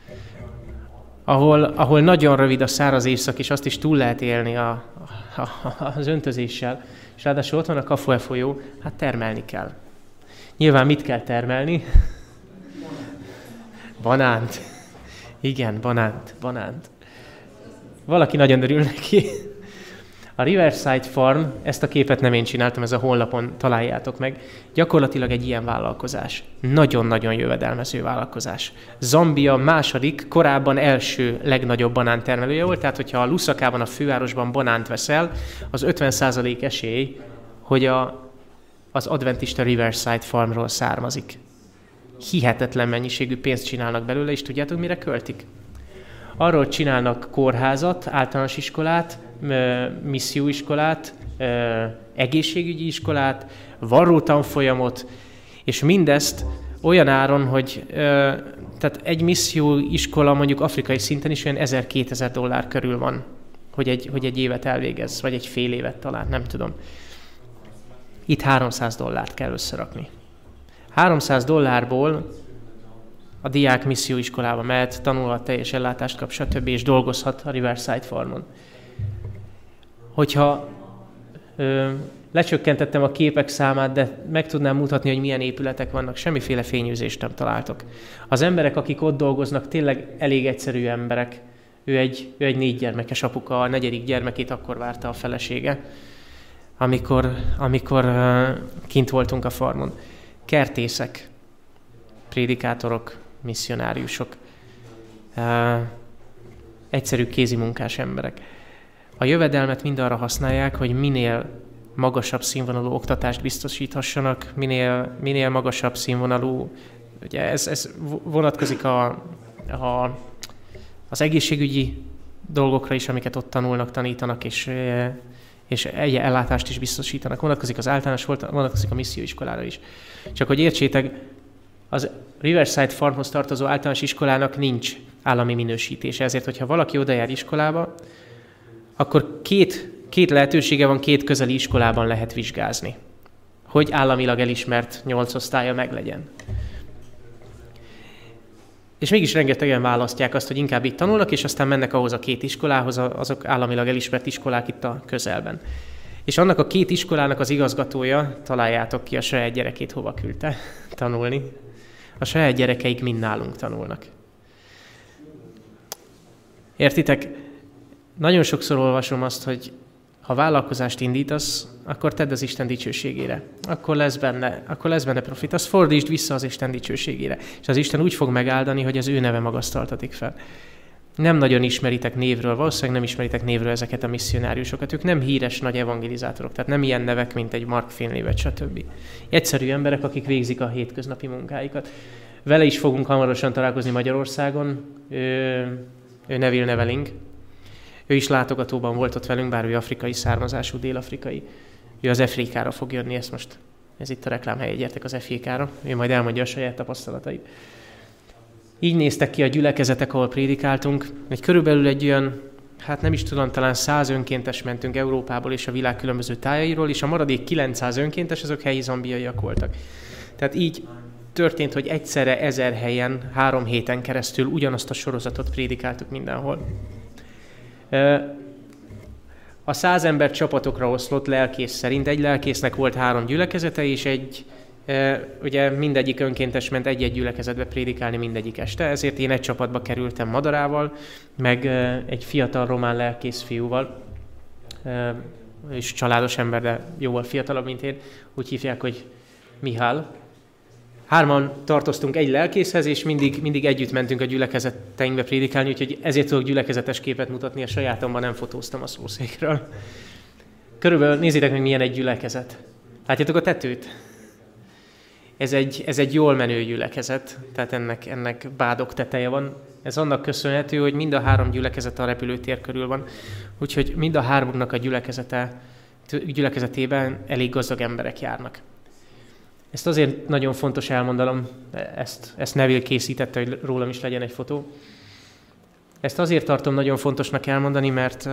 ahol nagyon rövid a száraz évszak, és azt is túl lehet élni az öntözéssel, és ráadásul ott van a Kafue folyó, hát termelni kell. Nyilván mit kell termelni? Banánt. Igen, banánt. Valaki nagyon örül neki. A Riverside Farm, ezt a képet nem én csináltam, ez a honlapon találjátok meg, gyakorlatilag egy ilyen vállalkozás. Nagyon-nagyon jövedelmező vállalkozás. Zambia második, korábban első legnagyobb banántermelője volt, tehát hogyha a Lusakában, a fővárosban banánt veszel, az 50% esély, hogy az adventista Riverside Farmról származik. Hihetetlen mennyiségű pénzt csinálnak belőle, és tudjátok, mire költik? Arról csinálnak kórházat, általános iskolát, misszióiskolát, egészségügyi iskolát, varrótanfolyamot, és mindezt olyan áron, hogy tehát egy misszióiskola mondjuk afrikai szinten is olyan $1000-2000 körül van, hogy egy évet elvégez, vagy egy fél évet talán, nem tudom. Itt $300 kell összerakni. $300 a diák misszióiskolába mehet, tanulhat, teljes ellátást kap, stb. És dolgozhat a Riverside Farmon. Hogyha lecsökkentettem a képek számát, de meg tudnám mutatni, hogy milyen épületek vannak, semmiféle fényűzést nem találtok. Az emberek, akik ott dolgoznak, tényleg elég egyszerű emberek. Ő egy 4 gyermekes apuka, a 4. gyermekét akkor várta a felesége, amikor kint voltunk a farmon. Kertészek, prédikátorok, misszionáriusok, egyszerű kézimunkás emberek. A jövedelmet mind arra használják, hogy minél magasabb színvonalú oktatást biztosíthassanak, minél magasabb színvonalú, ugye ez vonatkozik az egészségügyi dolgokra is, amiket ott tanulnak, tanítanak, és egy ellátást is biztosítanak. Vonatkozik az általános, vonatkozik a misszióiskolára is. Csak hogy értsétek, az Riverside Farmhoz tartozó általános iskolának nincs állami minősítése, ezért, hogyha valaki oda jár iskolába, akkor 2 lehetősége van, 2 közeli iskolában lehet vizsgázni, hogy államilag elismert 8 osztálya meglegyen. És mégis rengetegen választják azt, hogy inkább itt tanulnak, és aztán mennek ahhoz a 2 iskolához, azok államilag elismert iskolák itt a közelben. És annak a 2 iskolának az igazgatója, találjátok ki, a saját gyerekét hova küldte tanulni. A saját gyerekeik mind nálunk tanulnak. Értitek? Nagyon sokszor olvasom azt, hogy ha vállalkozást indítasz, akkor tedd az Isten dicsőségére. Akkor lesz benne profit. Azt fordítsd vissza az Isten dicsőségére. És az Isten úgy fog megáldani, hogy az ő neve magasztaltatik fel. Nem nagyon ismeritek névről, valószínűleg nem ismeritek névről ezeket a misszionáriusokat. Ők nem híres nagy evangelizátorok, tehát nem ilyen nevek, mint egy Mark Finley vagy stb. Egyszerű emberek, akik végzik a hétköznapi munkáikat. Vele is fogunk hamarosan találkozni Magyarországon. Ő Neville Neveling. Ő is látogatóban volt ott velünk, bár ő afrikai származású, dél-afrikai. Ő az FJK-ra fog jönni, ez itt a reklámhelye, gyertek az FJK-ra. Ő majd elmondja a saját tapasztalatait. Így néztek ki a gyülekezetek, ahol prédikáltunk. Körülbelül egy olyan, nem is tudom, talán 100 önkéntes mentünk Európából és a világ különböző tájairól, és a maradék 900 önkéntes, azok helyi zambiaiak voltak. Tehát így történt, hogy egyszerre 1000 helyen, 3 héten keresztül ugyanazt a sorozatot prédikáltuk mindenhol. A 100 ember csapatokra oszlott lelkész szerint. Egy lelkésznek volt 3 gyülekezete, és ugye mindegyik önkéntes ment egy-egy gyülekezetbe prédikálni mindegyik este, ezért én egy csapatba kerültem Madarával, meg egy fiatal román lelkész fiúval, és családos ember, de jóval fiatalabb, mint én, úgy hívják, hogy Mihál. 3-an tartoztunk egy lelkészhez, és mindig együtt mentünk a gyülekezeteinkbe prédikálni, úgyhogy ezért tudok gyülekezetes képet mutatni, a sajátomban nem fotóztam a szószékről. Körülbelül nézzétek meg, milyen egy gyülekezet. Látjátok a tetőt? Ez egy jól menő gyülekezet, tehát ennek bádok teteje van. Ez annak köszönhető, hogy mind a 3 gyülekezet a repülőtér körül van, úgyhogy mind a 3-nak a gyülekezetében elég gazdag emberek járnak. Ezt azért nagyon fontos elmondanom, ezt Neville készítette, hogy rólam is legyen egy fotó. Ezt azért tartom nagyon fontosnak elmondani, mert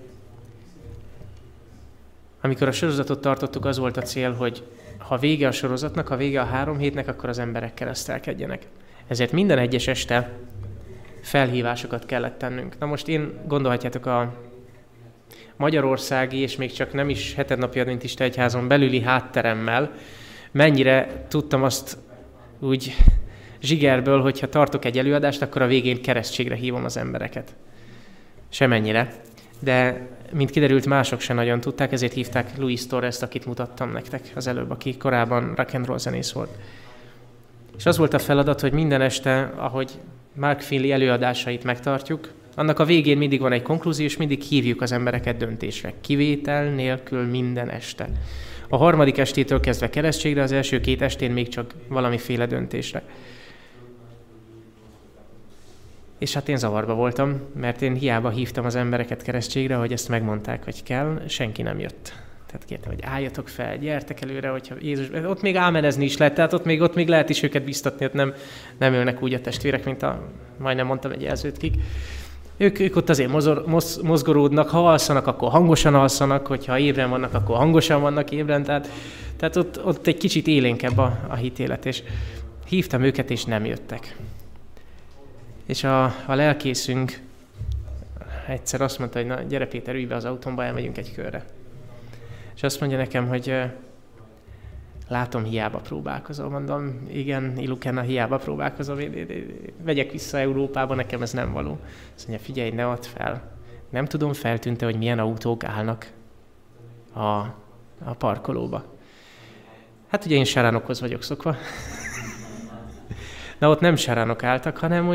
amikor a sorozatot tartottuk, az volt a cél, hogy ha vége a sorozatnak, ha vége a 3 hétnek, akkor az emberek keresztelkedjenek. Ezért minden egyes este felhívásokat kellett tennünk. Na most gondolhatjátok a magyarországi, és még csak nem is hetednapi adventista egyházon belüli hátteremmel, mennyire tudtam azt úgy zsigerből, hogyha tartok egy előadást, akkor a végén keresztségre hívom az embereket. Semennyire. De, mint kiderült, mások sem nagyon tudták, ezért hívták Luis Torres-t, akit mutattam nektek az előbb, aki korábban rock and roll zenész volt. És az volt a feladat, hogy minden este, ahogy Mark Finley előadásait megtartjuk, annak a végén mindig van egy konklúzió, és mindig hívjuk az embereket döntésre. Kivétel nélkül minden este. A 3. estétől kezdve keresztségre, az első 2 estén még csak valamiféle döntésre. És hát én zavarba voltam, mert én hiába hívtam az embereket keresztségre, hogy ezt megmondták, hogy kell, senki nem jött. Tehát kértem, hogy álljatok fel, gyertek előre, hogyha Jézus... Ott még ámenezni is lehet, tehát ott még lehet is őket biztatni, ott nem ülnek úgy a testvérek, mint majdnem mondtam egy jelzőt kik. Ők ott azért mozgolódnak, ha alszanak, akkor hangosan alszanak, hogyha ébren vannak, akkor hangosan vannak ébren, tehát ott egy kicsit élénkebb a hitélet, és hívtam őket, és nem jöttek. És a lelkészünk egyszer azt mondta, hogy na, gyere Péter, ülj be az autómba, elmegyünk egy körre. És azt mondja nekem, hogy látom, hiába próbálkozom. Mondom, igen, Ilukena, hiába próbálkozom, vegyek vissza Európába, nekem ez nem való. Azt mondja, figyelj, ne add fel. Nem tudom, feltűnte, hogy milyen autók állnak a parkolóba. Hát ugye én sáránokhoz vagyok szokva. Na ott nem sáránok álltak, hanem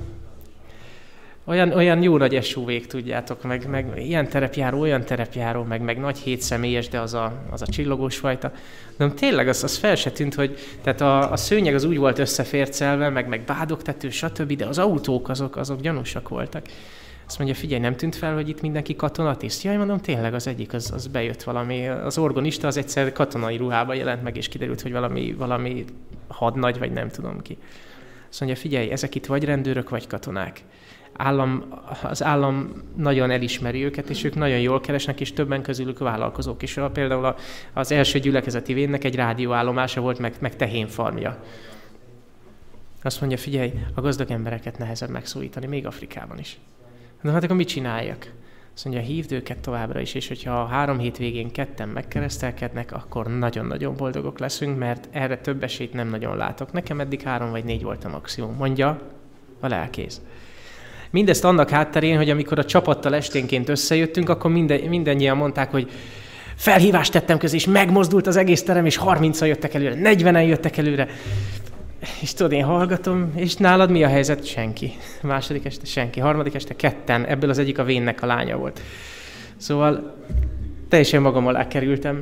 olyan jó nagy SUV-k, tudjátok, meg ilyen terepjáró, olyan terepjáró, meg nagy 7 személyes, de az a csillogós fajta. De tényleg az fel se tűnt, hogy tehát a szőnyeg az úgy volt összefércelve, meg bádogtető, stb., de az autók azok gyanúsak voltak. Azt mondja, figyelj, nem tűnt fel, hogy itt mindenki katonatiszt? Jaj, mondom, tényleg az egyik, az bejött valami. Az orgonista az egyszer katonai ruhában jelent meg, és kiderült, hogy valami hadnagy, vagy nem tudom ki. Azt mondja, figyelj, ezek itt vagy rendőrök, vagy katonák. az állam nagyon elismeri őket, és ők nagyon jól keresnek, és többen közülük vállalkozók is. Például az első gyülekezeti vénnek egy rádióállomása volt, meg tehénfarmja. Azt mondja, figyelj, a gazdag embereket nehezebb megszólítani, még Afrikában is. De hát akkor mit csináljak? Azt mondja, hívd őket továbbra is, és hogyha 3 hétvégén 2 megkeresztelkednek, akkor nagyon-nagyon boldogok leszünk, mert erre több esélyt nem nagyon látok. Nekem eddig 3 vagy 4 volt a maximum, mondja a lelkész. Mindezt annak hátterén, hogy amikor a csapattal esténként összejöttünk, akkor mindannyian mondták, hogy felhívást tettem közé, és megmozdult az egész terem, és 30-an jöttek előre, 40-en jöttek előre. És tudod, én hallgatom, és nálad mi a helyzet? Senki. Második este senki. Harmadik este 2, ebből az egyik a vénnek a lánya volt. Szóval teljesen magam alá kerültem.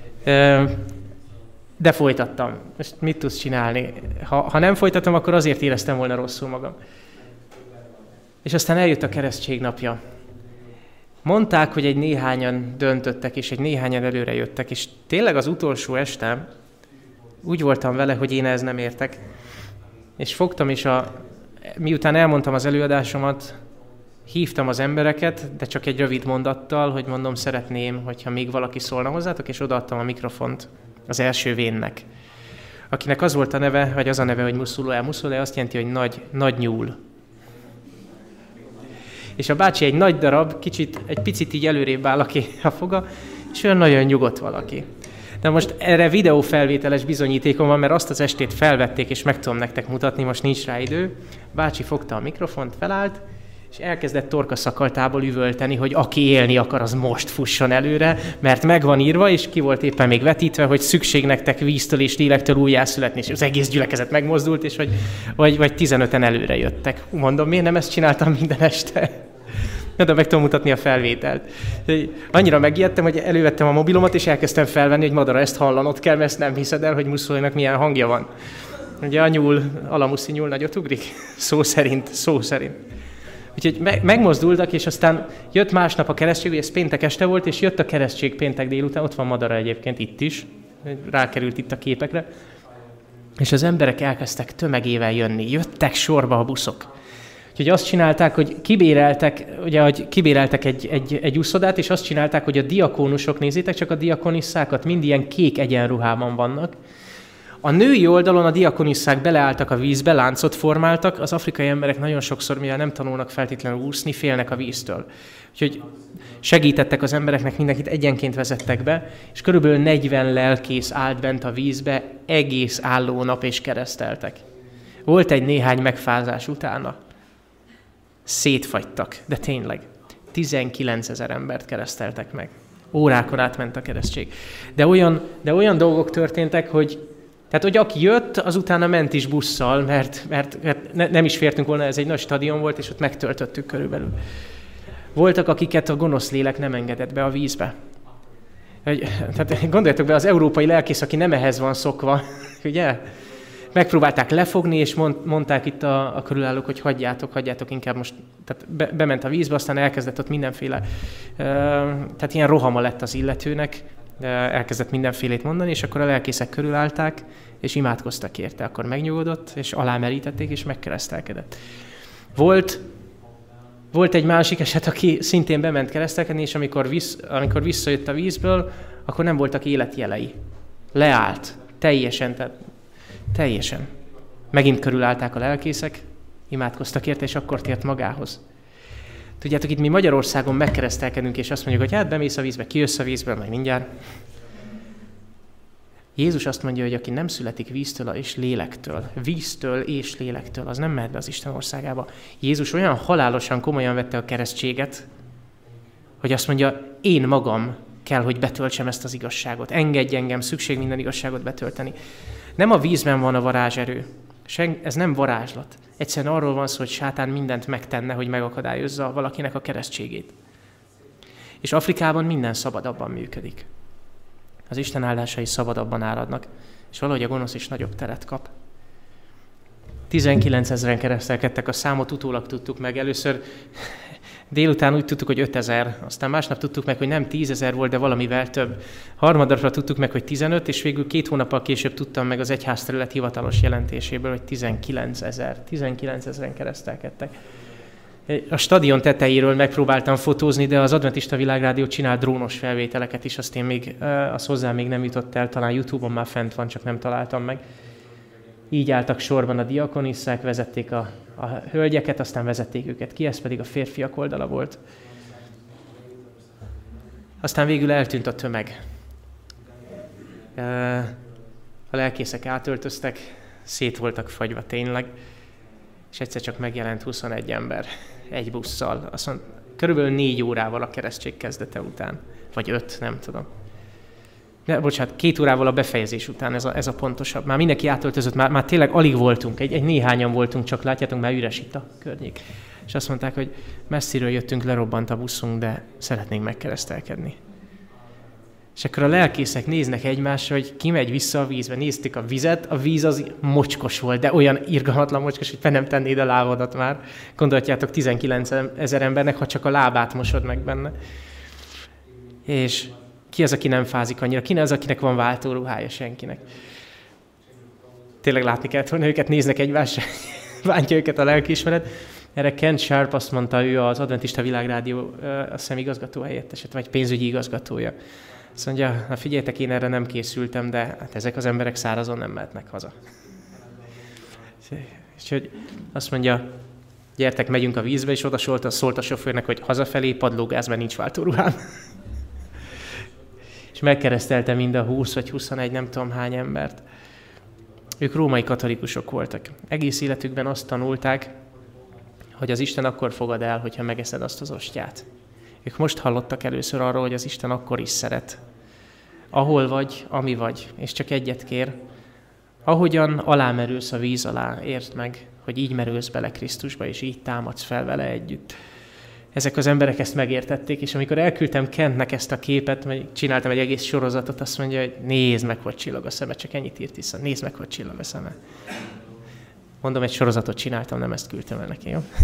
De folytattam. Most mit tudsz csinálni? Ha nem folytatom, akkor azért éreztem volna rosszul magam. És aztán eljött a keresztség napja. Mondták, hogy egy néhányan döntöttek, és egy néhányan előre jöttek, és tényleg az utolsó este úgy voltam vele, hogy én ehhez nem értek. És fogtam, és miután elmondtam az előadásomat, hívtam az embereket, de csak egy rövid mondattal, hogy mondom, szeretném, hogyha még valaki szólna hozzátok, és odaadtam a mikrofont az első vénnek, akinek az volt a neve, vagy az a neve, hogy Muszulé. Muszulé azt jelenti, hogy nagy nyúl. És a bácsi egy nagy darab, egy picit így előrébb áll a foga, és olyan nagyon nyugodt valaki. De most erre videófelvételes bizonyítékom van, mert azt az estét felvették, és meg tudom nektek mutatni, most nincs rá idő. Bácsi fogta a mikrofont, felállt, és elkezdett torkaszakaltából üvölteni, hogy aki élni akar, az most fusson előre, mert meg van írva, és ki volt éppen még vetítve, hogy szükség nektek víztől és lélektől újjászületni, és az egész gyülekezet megmozdult, és vagy 15-en előre jöttek. Mondom, miért nem ezt csináltam minden este? De meg tudom mutatni a felvételt. Annyira megijedtem, hogy elővettem a mobilomat, és elkezdtem felvenni, hogy Madara, ezt hallanod kell, mert ezt nem hiszed el, hogy Muszolénak milyen hangja van. Ugye a nyúl, Alamuszi nyúl nagyot ugrik? Szó szerint. Úgyhogy megmozdultak, és aztán jött másnap a keresztség, ugye ez péntek este volt, és jött a keresztség péntek délután, ott van Madara egyébként itt is, rákerült itt a képekre, és az emberek elkezdtek tömegével jönni, jöttek sorba a buszok. Úgyhogy azt csinálták, hogy kibéreltek egy úszodát, és azt csinálták, hogy a diakónusok, nézzétek csak a diakonisszákat, mind ilyen kék egyenruhában vannak. A női oldalon a diakonisszák beleálltak a vízbe, láncot formáltak, az afrikai emberek nagyon sokszor, mivel nem tanulnak feltétlenül úszni, félnek a víztől. Úgyhogy segítettek az embereknek, mindenkit egyenként vezettek be, és körülbelül 40 lelkész állt bent a vízbe, egész álló nap és kereszteltek. Volt egy néhány megfázás utána. Szétfagytak, de tényleg. 19 000 embert kereszteltek meg. Órákon átment a keresztség. De olyan dolgok történtek, hogy aki jött, az utána ment is busszal, mert nem is fértünk volna, ez egy nagy stadion volt, és ott megtöltöttük körülbelül. Voltak, akiket a gonosz lélek nem engedett be a vízbe. Tehát gondoljatok be, az európai lelkész, aki nem ehhez van szokva, ugye? Megpróbálták lefogni, és mondták itt a körülállók, hogy hagyjátok inkább most. Tehát bement a vízbe, aztán elkezdett ott mindenféle, tehát ilyen rohama lett az illetőnek, elkezdett mindenfélét mondani, és akkor a lelkészek körülállták, és imádkoztak érte. Akkor megnyugodott, és alámerítették, és megkeresztelkedett. Volt egy másik eset, aki szintén bement keresztelkedni, és amikor visszajött a vízből, akkor nem voltak életjelei. Leállt. Teljesen. Megint körülállták a lelkészek, imádkoztak érte, és akkor tért magához. Tudjátok, itt mi Magyarországon megkeresztelkedünk, és azt mondjuk, hogy hát bemész a vízbe, kijössz a vízből, majd mindjárt. Jézus azt mondja, hogy aki nem születik víztől és lélektől, az nem mehet be az Isten országába. Jézus olyan halálosan komolyan vette a keresztséget, hogy azt mondja, én magam kell, hogy betöltsem ezt az igazságot. Engedj engem, szükség minden igazságot betölteni. Nem a vízben van a varázserő. Ez nem varázslat. Egyszerűen arról van szó, hogy sátán mindent megtenne, hogy megakadályozza valakinek a keresztségét. És Afrikában minden szabadabban működik. Az Isten áldásai szabadabban áradnak, és valahogy a gonosz is nagyobb teret kap. 19 000-en keresztelkedtek, a számot utólag tudtuk meg. Először délután úgy tudtuk, hogy 5000, aztán másnap tudtuk meg, hogy nem 10 000 volt, de valamivel több. Harmadnapra tudtuk meg, hogy 15, és végül 2 hónappal később tudtam meg az egyházterület hivatalos jelentéséből, hogy 19 000. 19 000-en keresztelkedtek. A stadion tetejéről megpróbáltam fotózni, de az Adventista Világrádió csinál drónos felvételeket is, azt hozzá még nem jutott el, talán YouTube-on már fent van, csak nem találtam meg. Így álltak sorban a diakonisszák, vezették a hölgyeket, aztán vezették őket ki, ez pedig a férfiak oldala volt. Aztán végül eltűnt a tömeg. A lelkészek átöltöztek, szét voltak fagyva tényleg, és egyszer csak megjelent 21 ember egy busszal. Azt mondta, körülbelül 4 órával a keresztség kezdete után, vagy 5, nem tudom. De, bocsánat, 2 órával a befejezés után, ez a pontosabb. Már mindenki átöltözött, már tényleg alig voltunk, egy néhányan voltunk, csak látjátok, már üres itt a környék. És azt mondták, hogy messziről jöttünk, lerobbant a buszunk, de szeretnénk megkeresztelkedni. És akkor a lelkészek néznek egymásra, hogy ki megy vissza a vízbe. Nézték a vizet, a víz az mocskos volt, de olyan irgalmatlan mocskos, hogy fel nem tennéd a lábadat már. Gondolhatjátok 19 000 embernek, ha csak a lábát mosod meg benne. És ki az, aki nem fázik annyira? Ki az, akinek van váltóruhája? Senkinek. Tényleg látni kellett volna, őket néznek egymásra, bántja őket a lelkiismeret. Erre Ken Sharp azt mondta, ő az Adventista Világrádió azt hiszem igazgató helyetteset, vagy pénzügyi igazgatója. Azt mondja, na figyeljetek, én erre nem készültem, de hát ezek az emberek szárazon nem mehetnek haza. És hogy azt mondja, gyertek, megyünk a vízbe, és oda szólt a sofőrnek, hogy hazafelé padlógáz, mert nincs váltóruhám. És megkeresztelte mind a 20 vagy 21, nem tudom hány embert. Ők római katolikusok voltak. Egész életükben azt tanulták, hogy az Isten akkor fogad el, hogyha megeszed azt az ostját. Ők most hallottak először arról, hogy az Isten akkor is szeret. Ahol vagy, ami vagy, és csak egyet kér. Ahogyan alámerülsz a víz alá, értsd meg, hogy így merülsz bele Krisztusba, és így támadsz fel vele együtt. Ezek az emberek ezt megértették, és amikor elküldtem Kentnek ezt a képet, csináltam egy egész sorozatot, azt mondja, hogy nézd meg, hogy csillag a szeme, csak ennyit írt vissza, nézd meg, hogy csillag a szeme. Mondom, egy sorozatot csináltam, nem ezt küldtem el neki, jó?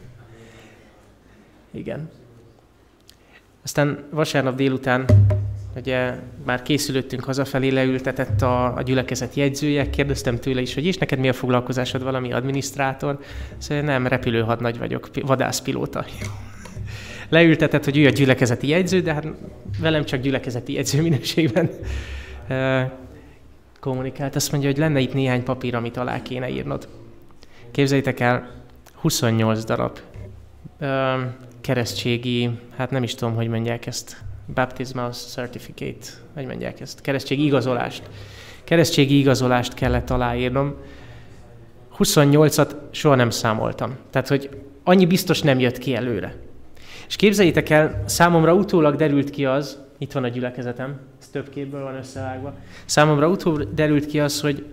Igen. Aztán vasárnap délután, ugye már készülöttünk hazafelé, leültetett a gyülekezet jegyzője, kérdeztem tőle is, hogy és neked mi a foglalkozásod, valami adminisztrátor? Szóval nem, repülőhadnagy vagyok, vadászpilóta. Leültetett, hogy ő a gyülekezeti jegyző, de hát velem csak gyülekezeti jegyző minőségben kommunikált. Azt mondja, hogy lenne itt néhány papír, amit alá kéne írnod. Képzeljétek el, 28 darab keresztségi, hát nem is tudom, hogy mondják ezt, baptismal certificate, hogy mondják ezt, keresztségi igazolást. Keresztségi igazolást kellett aláírnom. 28-at soha nem számoltam. Tehát, hogy annyi biztos nem jött ki előre. És képzeljétek el, számomra utólag derült ki az, itt van a gyülekezetem, ez több képből van összevágva, számomra utólag derült ki az, hogy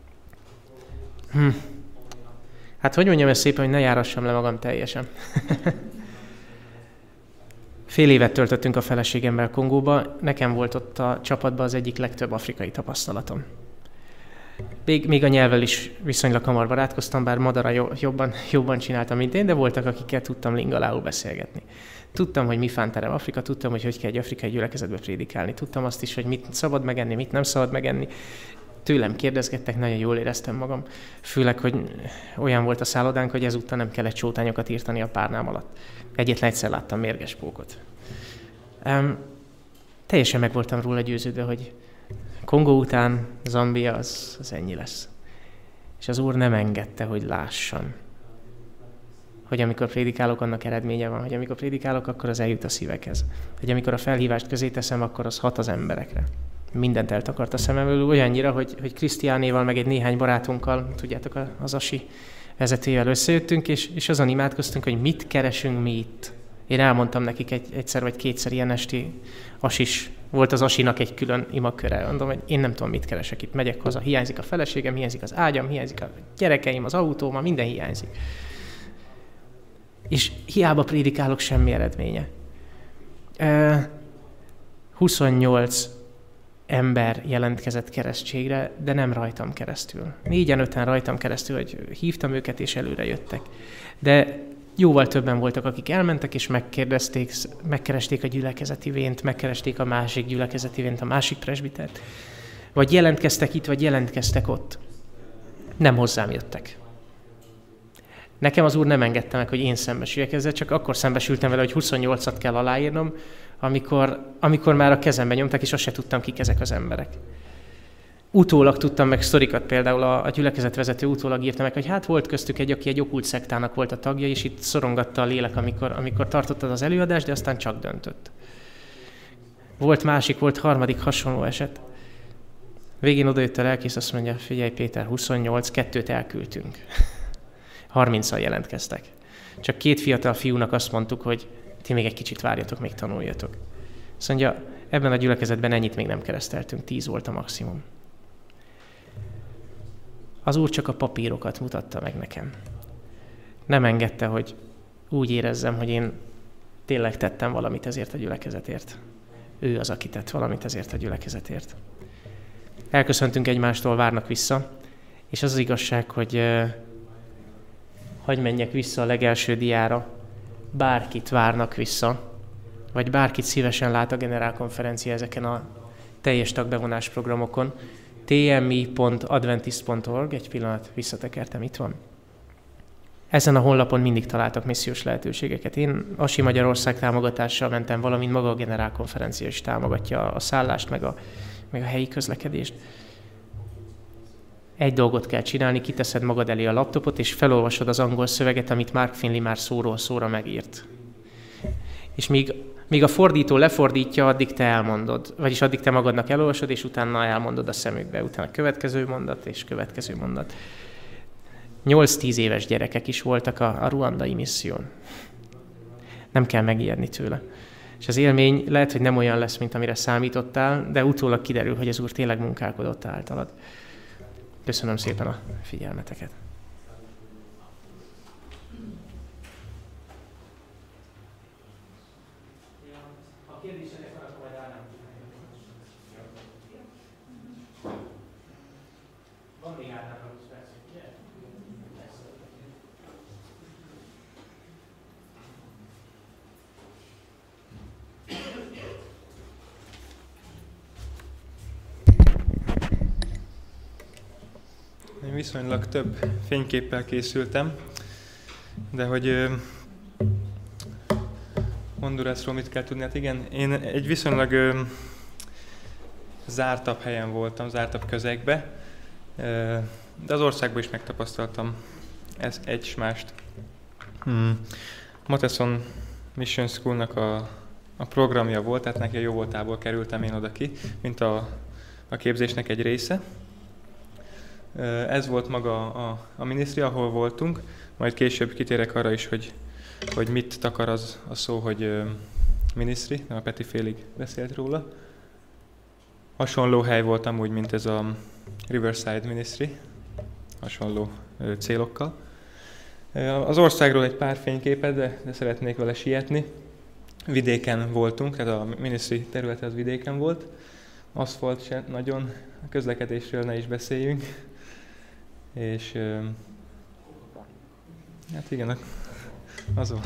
hát hogy mondjam ezt szépen, hogy ne járassam le magam teljesen. Fél évet töltöttünk a feleségemmel Kongóba, nekem volt ott a csapatban az egyik legtöbb afrikai tapasztalatom. Még a nyelvvel is viszonylag hamar barátkoztam, bár Madara jobban csináltam, mint én, de voltak, akikkel tudtam lingalául beszélgetni. Tudtam, hogy mi fánterem Afrika, tudtam, hogy kell egy afrikai gyülekezetbe prédikálni, tudtam azt is, hogy mit szabad megenni, mit nem szabad megenni. Tőlem kérdezgettek, nagyon jól éreztem magam. Főleg, hogy olyan volt a szállodánk, hogy ezúttal nem kellett csótányokat írtani a párnám alatt. Egyetlen egyszer láttam mérges pókot. Teljesen meg voltam róla győződve, hogy Kongó után Zambia az ennyi lesz. És az Úr nem engedte, hogy lássam, hogy amikor prédikálok, annak eredménye van, hogy amikor prédikálok, akkor az eljut a szívekhez. Hogy amikor a felhívást közé teszem, akkor az hat az emberekre. Mindent eltakart a szememből, olyannyira, hogy Krisztiánéval, meg egy néhány barátunkkal, tudjátok, az ASI vezetőjével összejöttünk, és azon imádkoztunk, hogy mit keresünk mi itt. Én elmondtam nekik egyszer vagy kétszer ilyen esti asis. Volt az asinak egy külön imaköre. Mondom, hogy én nem tudom, mit keresek itt. Megyek haza, hiányzik a feleségem, hiányzik az ágyam, hiányzik a gyerekeim, az autóm, minden hiányzik. És hiába prédikálok, semmi eredménye. 28 ember jelentkezett keresztségre, de nem rajtam keresztül. 4-5 rajtam keresztül, hogy hívtam őket, és előre jöttek. De jóval többen voltak, akik elmentek, és megkeresték a gyülekezeti vént, megkeresték a másik gyülekezeti vént, a másik presbitert. Vagy jelentkeztek itt, vagy jelentkeztek ott. Nem hozzám jöttek. Nekem az Úr nem engedte meg, hogy én szembesüljek ezzel, csak akkor szembesültem vele, hogy 28-at kell aláírnom, amikor már a kezembe nyomtak, és azt se tudtam, kik ezek az emberek. Utólag tudtam meg sztorikat, például a gyülekezetvezető utólag írta meg, hogy hát volt köztük aki egy okkult szektának volt a tagja, és itt szorongatta a lélek, amikor tartottad az előadást, de aztán csak döntött. Volt harmadik hasonló eset. Végén odajött a lelkész, azt mondja, figyelj Péter, 28, 2-t elküldtünk. 30-al jelentkeztek. Csak 2 fiatal fiúnak azt mondtuk, hogy ti még egy kicsit várjatok, még tanuljatok. Azt mondja, ebben a gyülekezetben ennyit még nem kereszteltünk, 10 volt a maximum. Az Úr csak a papírokat mutatta meg nekem. Nem engedte, hogy úgy érezzem, hogy én tényleg tettem valamit ezért a gyülekezetért. Ő az, aki tett valamit ezért a gyülekezetért. Elköszöntünk egymástól, várnak vissza, és az igazság, hogy hadd menjek vissza a legelső diára, bárkit várnak vissza, vagy bárkit szívesen lát a generálkonferencia ezeken a teljes tagbevonás programokon. tmi.adventist.org, egy pillanat visszatekertem, itt van. Ezen a honlapon mindig találtak missziós lehetőségeket. Én ASI Magyarország támogatással mentem, valamint maga a generálkonferencia is támogatja a szállást, meg a helyi közlekedést. Egy dolgot kell csinálni, kiteszed magad elé a laptopot, és felolvasod az angol szöveget, amit Mark Finley már szóról szóra megírt. És míg a fordító lefordítja, addig te elmondod. Vagyis addig te magadnak elolvasod, és utána elmondod a szemükbe. Utána következő mondat, és következő mondat. 8-10 éves gyerekek is voltak a ruandai misszión. Nem kell megijedni tőle. És az élmény lehet, hogy nem olyan lesz, mint amire számítottál, de utólag kiderül, hogy az Úr tényleg munkálkodott általad. Köszönöm szépen a figyelmeteket. Én viszonylag több fényképpel készültem, de hogy Hondurasról mit kell tudni? Hát igen, én egy viszonylag zártabb helyen voltam, zártabb közegbe, de az országban is megtapasztaltam egy s mást. Moteson Mission Schoolnak a programja volt, tehát neki a jó voltából kerültem én oda ki, mint a képzésnek egy része. Ez volt maga a minisztri, ahol voltunk, majd később kitérek arra is, hogy mit takar az a szó, hogy minisztri, a Peti félig beszélt róla. Hasonló hely volt amúgy, mint ez a Riverside Ministry, hasonló célokkal. Az országról egy pár fényképet, de szeretnék vele sietni. Vidéken voltunk, ez a minisztri területe az vidéken volt. Aszfalt se nagyon, a közlekedésről ne is beszéljünk. És hát igen, azon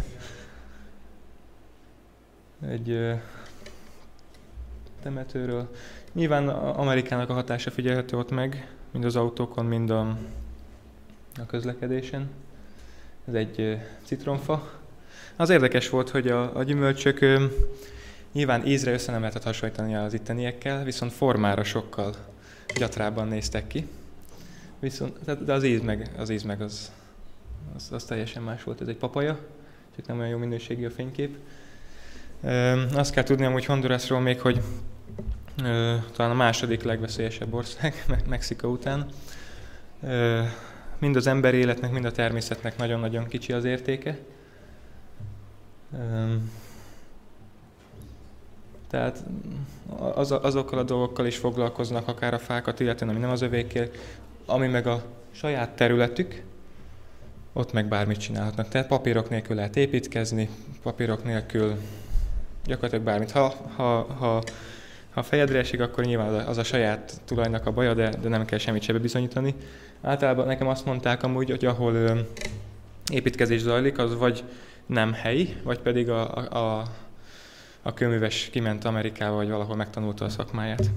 egy temetőről. Nyilván Amerikának a hatása figyelhető ott meg, mind az autókon, mind a közlekedésen. Ez egy citromfa. Az érdekes volt, hogy a gyümölcsök nyilván ízre össze nem lehetett hasonlítani az itteniekkel, viszont formára sokkal gyatrábban néztek ki. De az íz meg az teljesen más volt. Ez egy papaja, csak nem olyan jó minőségű a fénykép. Azt kell tudni amúgy Hondurasról még, hogy talán a második legveszélyesebb ország, Mexika után. Mind az emberi életnek, mind a természetnek nagyon-nagyon kicsi az értéke. Tehát azokkal a dolgokkal is foglalkoznak, akár a fákat, illetve ami nem az övéké, ami meg a saját területük, ott meg bármit csinálhatnak. Tehát papírok nélkül lehet építkezni, papírok nélkül gyakorlatilag bármit. Ha fejedre esik, akkor nyilván az a saját tulajnak a baja, de nem kell semmit se bebizonyítani. Általában nekem azt mondták amúgy, hogy ahol építkezés zajlik, az vagy nem helyi, vagy pedig a kőműves kiment Amerikába, vagy valahol megtanulta a szakmáját.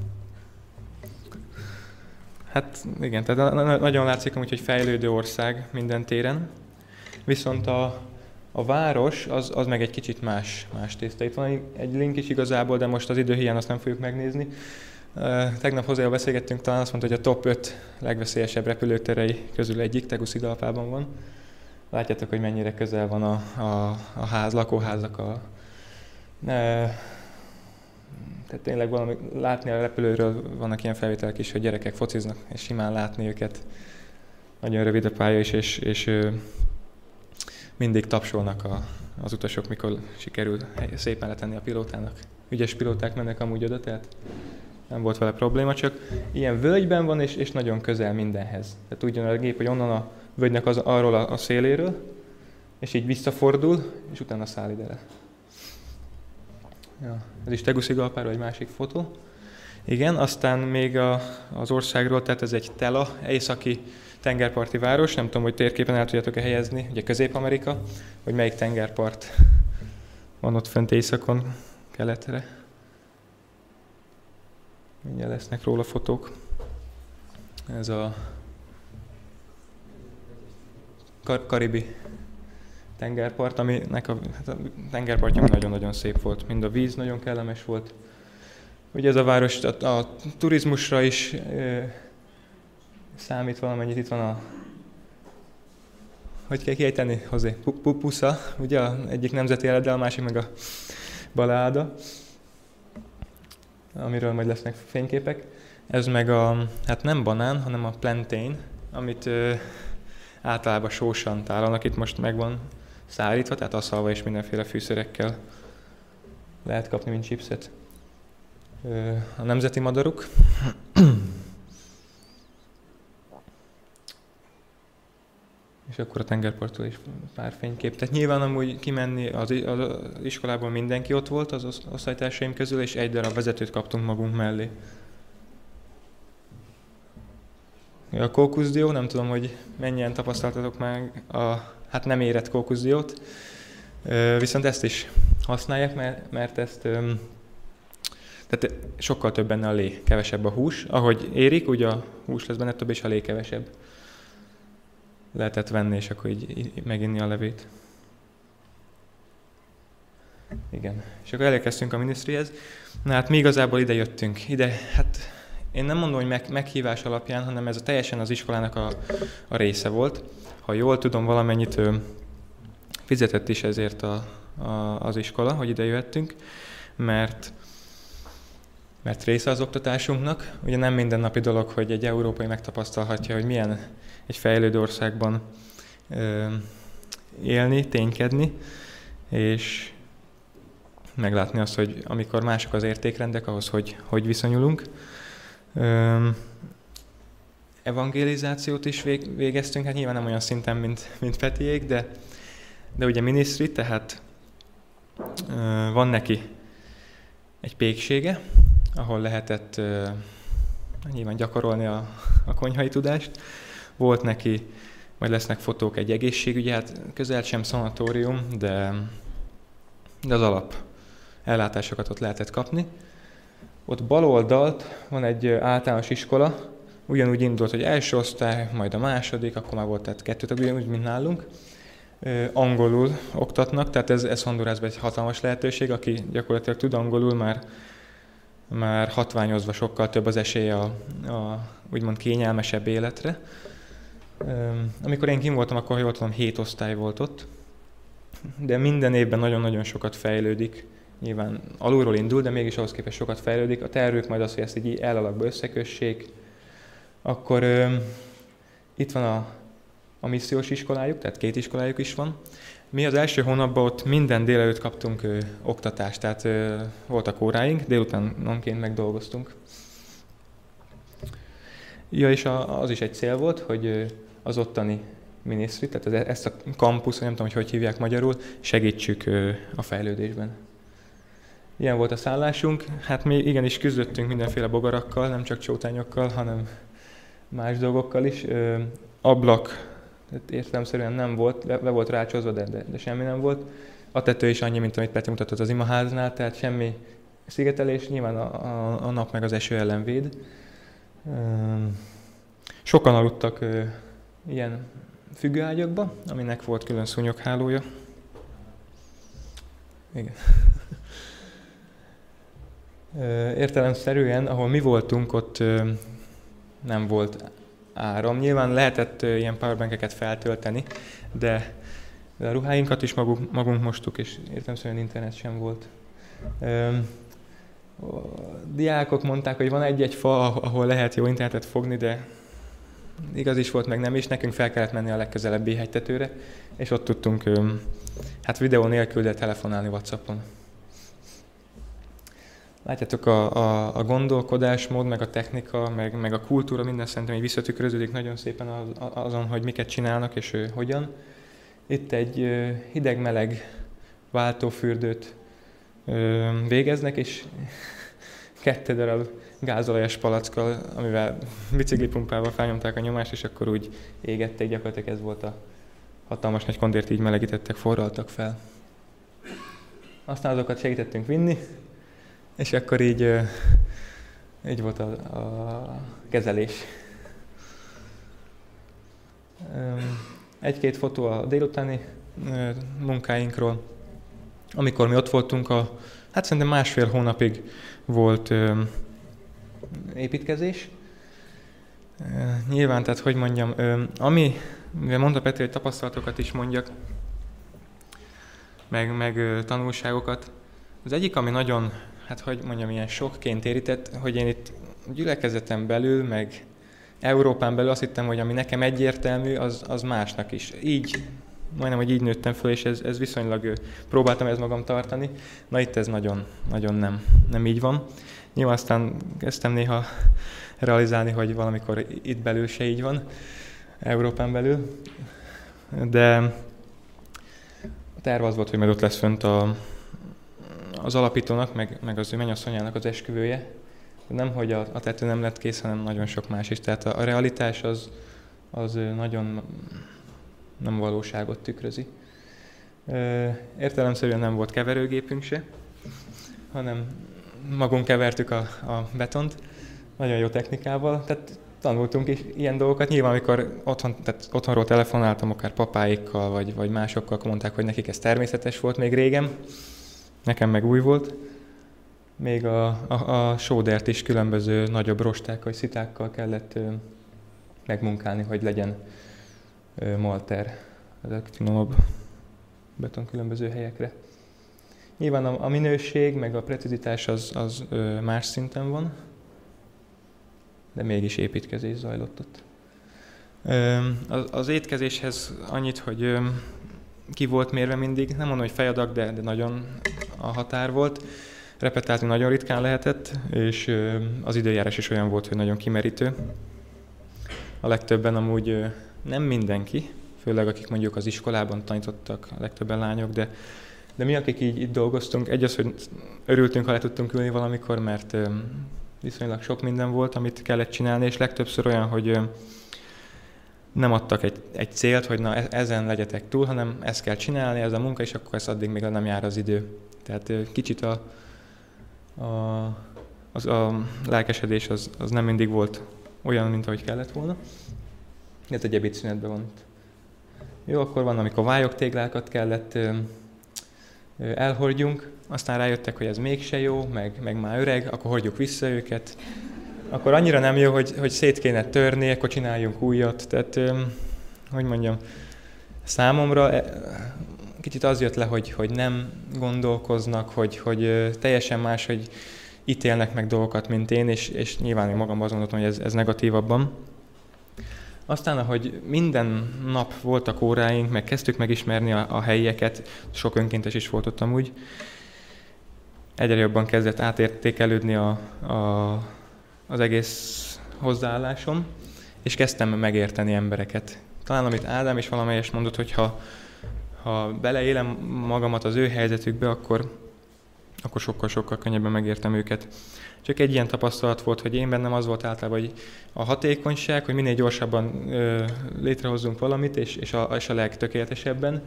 Hát igen, tehát nagyon látszik amúgy, hogy fejlődő ország minden téren. Viszont a város az meg egy kicsit más tészta. Itt van egy link is igazából, de most az időhiány azt nem fogjuk megnézni. Tegnap hozzá beszélgettünk, talán azt mondta, hogy a top 5 legveszélyesebb repülőterei közül egyik Tegucigalpában van. Látjátok, hogy mennyire közel van a lakóházak tehát tényleg valami, látni a repülőről vannak ilyen felvételek is, hogy gyerekek fociznak, és simán látni őket. Nagyon rövid a pálya is, és mindig tapsolnak az utasok, mikor sikerül szépen letenni a pilótának. Ügyes pilóták mennek amúgy oda, tehát nem volt vele probléma, csak ilyen völgyben van, és nagyon közel mindenhez. Tehát úgy jön a gép, hogy onnan a völgynek arról a széléről, és így visszafordul, és utána száll ide le. Ja, ez is Tegucigalpáról egy másik fotó. Igen, aztán még az országról, tehát ez egy Tela, északi tengerparti város, nem tudom, hogy térképen el tudjátok-e helyezni, ugye Közép-Amerika, hogy melyik tengerpart van ott fönt északon, keletre. Mindjárt lesznek róla fotók. Ez a karibi tengerpart, aminek a tengerpartja nagyon-nagyon szép volt. Mind a víz nagyon kellemes volt. Ugye ez a város a turizmusra is számít valamennyit. Itt van hogy kell kiejteni hozzá? Pusza, ugye egyik nemzeti eledel, a másik meg a Baleáda, amiről majd lesznek fényképek. Ez meg hát nem banán, hanem a plantain, amit általában sósan tálalnak, itt most meg van szárítva, tehát aszalva és mindenféle fűszerekkel lehet kapni, mint chipset. A nemzeti madaruk. És akkor a tengerparttól is pár fénykép. Tehát nyilván amúgy kimenni az iskolából mindenki ott volt, az osztálytársaim közül, és egy darab vezetőt kaptunk magunk mellé. A kókuszdió, nem tudom, hogy mennyien tapasztaltatok már hát nem érett kókuszdiót, viszont ezt is használják, mert ezt tehát sokkal több benne a lé, kevesebb a hús. Ahogy érik, úgy a hús lesz benne több, és a lé kevesebb. Lehetett venni, és akkor így meginni a levét. Igen. És akkor elérkeztünk a minisztrihez. Na hát mi igazából ide jöttünk. Ide, hát én nem mondom, hogy meghívás alapján, hanem ez teljesen az iskolának a része volt. Ha jól tudom, valamennyit fizetett is ezért az iskola, hogy ide jöttünk, mert része az oktatásunknak. Ugye nem mindennapi dolog, hogy egy európai megtapasztalhatja, hogy milyen egy fejlődő országban élni, ténykedni, és meglátni azt, hogy amikor mások az értékrendek, ahhoz hogy viszonyulunk. Evangelizációt is végeztünk, hát nyilván nem olyan szinten, mint Petiék, de ugye minisztri, tehát van neki egy péksége, ahol lehetett nyilván gyakorolni a konyhai tudást. Volt neki, majd lesznek fotók, egy egészségügyi, hát közel sem szanatórium, de az alap ellátásokat ott lehetett kapni. Ott bal oldalt van egy általános iskola, ugyanúgy indult, hogy első osztály, majd a második, akkor már volt tehát 2 tag, ugyanúgy, mint nálunk. Angolul oktatnak, tehát ez Hondurasban egy hatalmas lehetőség, aki gyakorlatilag tud angolul, már hatványozva sokkal több az esélye a úgymond kényelmesebb életre. Amikor én kint voltam, akkor jól tudom, 7 osztály volt ott, de minden évben nagyon-nagyon sokat fejlődik. Nyilván alulról indul, de mégis ahhoz képest sokat fejlődik. A tervük majd az, hogy ezt így elalakba összekössék. Akkor itt van a missziós iskolájuk, tehát 2 iskolájuk is van. Mi az első hónapban ott minden délelőtt kaptunk oktatást, tehát voltak óráink, délutánonként megdolgoztunk. Ja, és az is egy cél volt, hogy az ottani minisztri, tehát ezt a kampusz, nem tudom, hogy hívják magyarul, segítsük a fejlődésben. Ilyen volt a szállásunk, hát mi igenis küzdöttünk mindenféle bogarakkal, nem csak csótányokkal, hanem más dolgokkal is. Ablak értelemszerűen nem volt, le volt rácsozva, de semmi nem volt. A tető is annyi, mint amit Peti mutatott az imaháznál, tehát semmi szigetelés, nyilván a nap meg az eső ellen véd. Sokan aludtak ilyen függőágyakba, aminek volt külön szúnyoghálója. Igen. Értelemszerűen, ahol mi voltunk, ott nem volt áram. Nyilván lehetett ilyen powerbankeket feltölteni, de a ruháinkat is magunk mostuk, és értelemszerűen internet sem volt. A diákok mondták, hogy van egy-egy fa, ahol lehet jó internetet fogni, de igaz is volt, meg nem is. Nekünk fel kellett menni a legközelebbi hegytetőre, és ott tudtunk hát videó nélkül, de telefonálni WhatsAppon. Látjátok, a gondolkodásmód, meg a technika, meg a kultúra, minden szerintem így visszatükröződik nagyon szépen azon, hogy miket csinálnak és hogyan. Itt egy hideg-meleg váltófürdőt végeznek, és 2 darab gázolajas palackkal, amivel biciklipumpával felnyomták a nyomást, és akkor úgy égették, gyakorlatilag ez volt a hatalmas nagy kondért, így melegítettek, forraltak fel. Aztán azokat segítettünk vinni, és akkor így volt a kezelés. Egy-két fotó a délutáni munkáinkról. Amikor mi ott voltunk, hát szerintem 1,5 hónapig volt építkezés. Nyilván, tehát hogy mondjam, mivel mondta Petri, hogy tapasztalatokat is mondjak, meg tanulságokat. Az egyik, ami nagyon, hát hogy mondjam, ilyen sokként érintett, hogy én itt gyülekezeten belül, meg Európán belül azt hittem, hogy ami nekem egyértelmű, az másnak is. Így, majdnem, hogy így nőttem föl, és ez viszonylag, próbáltam ezt magam tartani. Na itt ez nagyon, nagyon nem így van. Nyilván aztán kezdtem néha realizálni, hogy valamikor itt belül se így van, Európán belül. De a terv az volt, hogy majd ott lesz fönt az alapítónak, meg az ő mennyasszonyának az esküvője. Nem, hogy a tető nem lett kész, hanem nagyon sok más is. Tehát a realitás az nagyon nem valóságot tükrözi. Értelemszerűen nem volt keverőgépünk se, hanem magunk kevertük a betont, nagyon jó technikával. Tehát tanultunk is ilyen dolgokat. Nyilván, amikor otthonról telefonáltam, akár papáikkal, vagy másokkal, akkor mondták, hogy nekik ez természetes volt még régen. Nekem meg új volt. Még a sódert is különböző nagyobb rostákkal, vagy szitákkal kellett megmunkálni, hogy legyen malter, ezek finomabb beton különböző helyekre. Nyilván a minőség, meg a precizitás az más szinten van, de mégis építkezés zajlott ott. Az étkezéshez annyit, hogy ki volt mérve mindig, nem mondom, hogy fejadag, de nagyon a határ volt. Repetálni nagyon ritkán lehetett, és az időjárás is olyan volt, hogy nagyon kimerítő. A legtöbben amúgy nem mindenki, főleg akik mondjuk az iskolában tanítottak, a legtöbben lányok, de mi, akik így itt dolgoztunk, egy az, hogy örültünk, ha le tudtunk ülni valamikor, mert viszonylag sok minden volt, amit kellett csinálni, és legtöbbször olyan, hogy nem adtak egy célt, hogy na ezen legyetek túl, hanem ezt kell csinálni, ez a munka, és akkor ez addig még nem jár az idő. Tehát kicsit a lelkesedés az nem mindig volt olyan, mint ahogy kellett volna. Ez egy ebédszünetben van itt. Jó, akkor van, amikor vályogtéglákat kellett elhordjunk, aztán rájöttek, hogy ez mégse jó, meg már öreg, akkor hordjuk vissza őket. Akkor annyira nem jó, hogy szét kéne törni, akkor csináljunk újat. Tehát, hogy mondjam, számomra kicsit az jött le, hogy nem gondolkoznak, hogy teljesen más, hogy ítélnek meg dolgokat, mint én, és nyilván én magam azt mondhatom, hogy ez negatívabban. Aztán, ahogy minden nap voltak óráink, meg kezdtük megismerni a helyieket, sok önkéntes is volt ott amúgy, egyre jobban kezdett átértékelődni az egész hozzáállásom, és kezdtem megérteni embereket. Talán amit Ádám is valamelyest mondott, hogy ha beleélem magamat az ő helyzetükbe, akkor sokkal-sokkal könnyebben megértem őket. Csak egy ilyen tapasztalat volt, hogy én bennem az volt általában, hogy a hatékonyság, hogy minél gyorsabban létrehozzunk valamit, és a legtökéletesebben.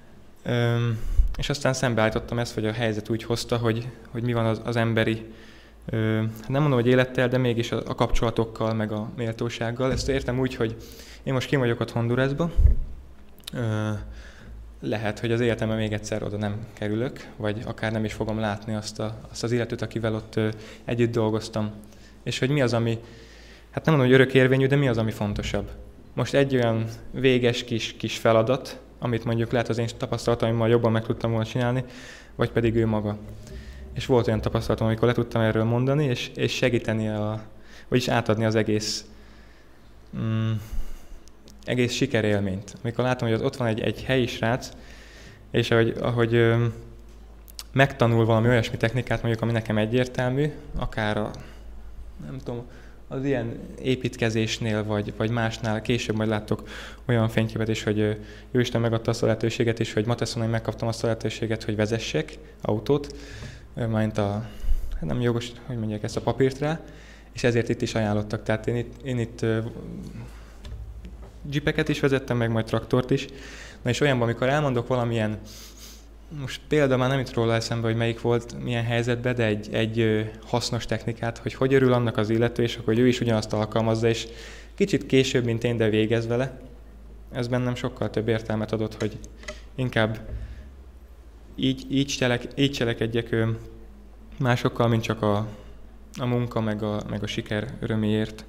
És aztán szembeállítottam ezt, hogy a helyzet úgy hozta, hogy mi van az emberi nem mondom, hogy élettel, de mégis a kapcsolatokkal, meg a méltósággal. Ezt értem úgy, hogy én most kim vagyok ott Hondurasba, lehet, hogy az életemben még egyszer oda nem kerülök, vagy akár nem is fogom látni azt az illetőt, akivel ott együtt dolgoztam. És hogy mi az, ami, hát nem mondom, hogy örökérvényű, de mi az, ami fontosabb. Most egy olyan véges kis feladat, amit mondjuk lehet az én tapasztalataimmal jobban meg tudtam volna csinálni, vagy pedig ő maga. És volt olyan tapasztalatom, amikor le tudtam erről mondani, és segíteni, vagyis átadni az egész sikerélményt. Amikor látom, hogy ott van egy helyi srác, és ahogy megtanul valami olyasmi technikát, mondjuk, ami nekem egyértelmű, akár nem tudom, az ilyen építkezésnél, vagy másnál, később majd láttok olyan fényképet is, hogy Jóisten megadta azt a lehetőséget is, hogy Mateszon, hogy megkaptam azt a lehetőséget, hogy vezessek autót, majd nem jogos, hogy mondják ezt a papírt rá, és ezért itt is ajánlottak. Tehát én itt jeepeket is vezettem, meg majd traktort is. Na és olyanban, amikor elmondok valamilyen, most például már nem itt róla eszembe, hogy melyik volt, milyen helyzetben, de egy hasznos technikát, hogy örül annak az illető, és akkor ő is ugyanazt alkalmazza, és kicsit később, mint én, de végez vele. Ez bennem sokkal több értelmet adott, hogy inkább így cselekedjek másokkal, mint csak a munka, meg a siker öröméért.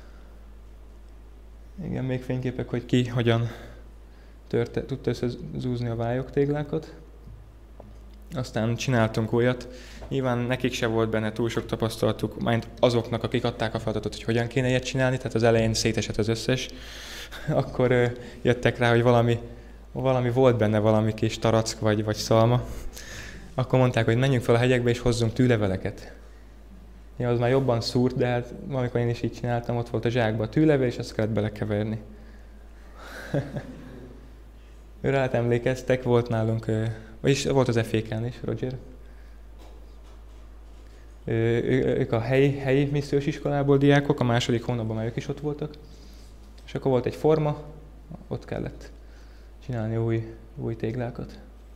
Igen, még fényképek, hogy ki hogyan tudta összezúzni a vályoktéglákat. Aztán csináltunk olyat. Nyilván nekik se volt benne túl sok tapasztalatuk, majd azoknak, akik adták a feladatot, hogy hogyan kéne ilyet csinálni, tehát az elején szétesett az összes. Akkor jöttek rá, hogy valami volt benne, valami kis tarack vagy szalma. Akkor mondták, hogy menjünk fel a hegyekbe és hozzunk tűleveleket. Ja, az már jobban szúrt, de hát valamikor én is így csináltam, ott volt a zsákban a tűlevél, és azt kellett belekeverni. Őre hát emlékeztek, volt nálunk, vagyis volt az FÉK-n is, Roger. Ők a helyi missziós iskolából diákok, a második hónapban már ők is ott voltak. És akkor volt egy forma, ott kellett csinálni új téglákat.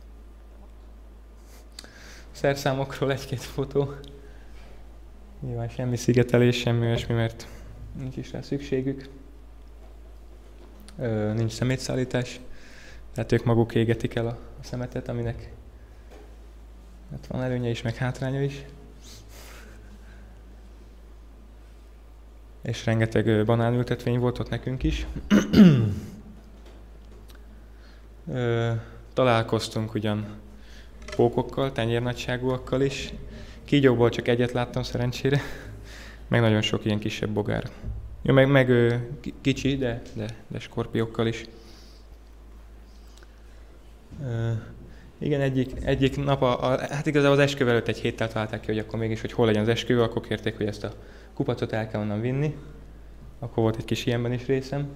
Szerszámokról egy-két fotó. Nyilván semmi szigetelés, semmi olyasmi, mert nincs is rá szükségük. Nincs szemétszállítás, tehát ők maguk égetik el a szemetet, aminek hát van előnye is, meg hátránya is. És rengeteg banánültetvény volt ott nekünk is. Találkoztunk ugyan pókokkal, tenyérnagyságúakkal is. Kígyókból csak egyet láttam szerencsére, meg nagyon sok ilyen kisebb bogár. Ja, meg kicsi, de skorpiókkal is. Igen, egyik nap, hát igazából az esküvő előtt egy héttel találták ki, hogy akkor mégis, hogy hol legyen az esküvő, akkor kérték, hogy ezt a kupacot el kell onnan vinni. Akkor volt egy kis ilyenben is részem.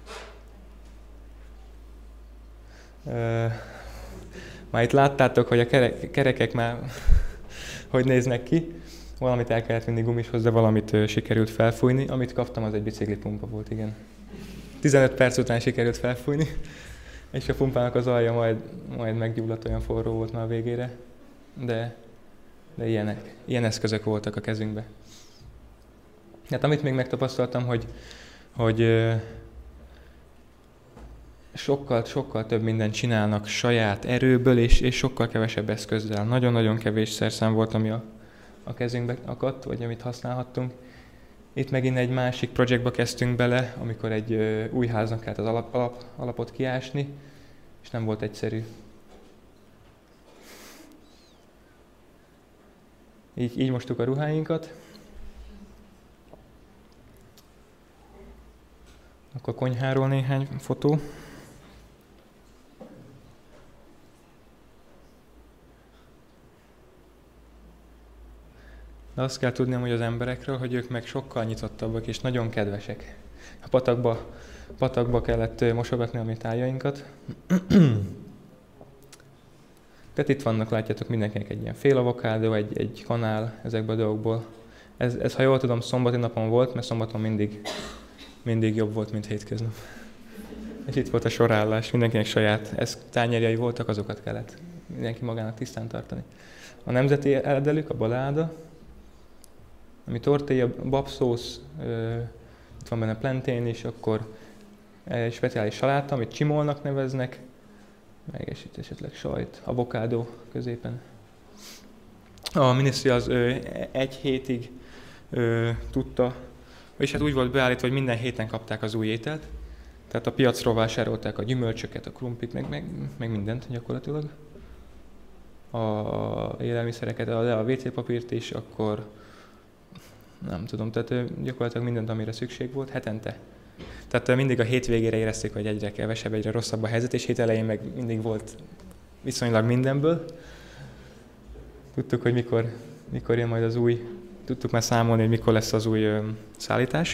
Már itt láttátok, hogy a kerekek már hogy néznek ki. Valamit el kellett vinni gumishoz, de valamit sikerült felfújni. Amit kaptam, az egy biciklipumpa volt, igen. 15 perc után sikerült felfújni, és a pumpának az alja majd meggyulladt, olyan forró volt már végére. De ilyen eszközök voltak a kezünkben. Hát amit még megtapasztaltam, hogy sokkal több mindent csinálnak saját erőből, és sokkal kevesebb eszközzel. Nagyon-nagyon kevés szerszám volt, ami a kezünkbe akadt, vagy amit használhattunk. Itt megint egy másik projektbe kezdtünk bele, amikor egy új háznak kellett az alapot kiásni, és nem volt egyszerű. Így mostuk a ruháinkat. Akkor konyháról néhány fotó. De azt kell tudnom, hogy az emberekről, hogy ők meg sokkal nyitottabbak és nagyon kedvesek. A patakba kellett mosogatni a mi tájainkat. Tehát itt vannak, látjátok, mindenkinek egy ilyen fél avokádó, egy kanál ezekből a dolgokból. Ez, ha jól tudom, szombati napon volt, mert szombaton mindig jobb volt, mint hétköznap. És itt volt a sorállás, mindenkinek saját tányérjai voltak, azokat kellett mindenki magának tisztán tartani. A nemzeti eredelük, a baláda, ami tortilla, babszósz, itt van benne plantain is, akkor egy speciális saláta, amit csimolnak neveznek, meg esetleg sajt, avokádó középen. A minisztri az 1 hétig tudta, és hát úgy volt beállítva, hogy minden héten kapták az új ételt. Tehát a piacról vásárolták a gyümölcsöket, a krumplit, meg mindent gyakorlatilag. A élelmiszereket, a WC papírt is, akkor nem tudom, tehát gyakorlatilag mindent, amire szükség volt, hetente. Tehát mindig a hétvégére érezték, hogy egyre kevesebb, egyre rosszabb a helyzet, és hét elején meg mindig volt viszonylag mindenből. Tudtuk, hogy mikor jön majd az új, tudtuk már számolni, hogy mikor lesz az új szállítás.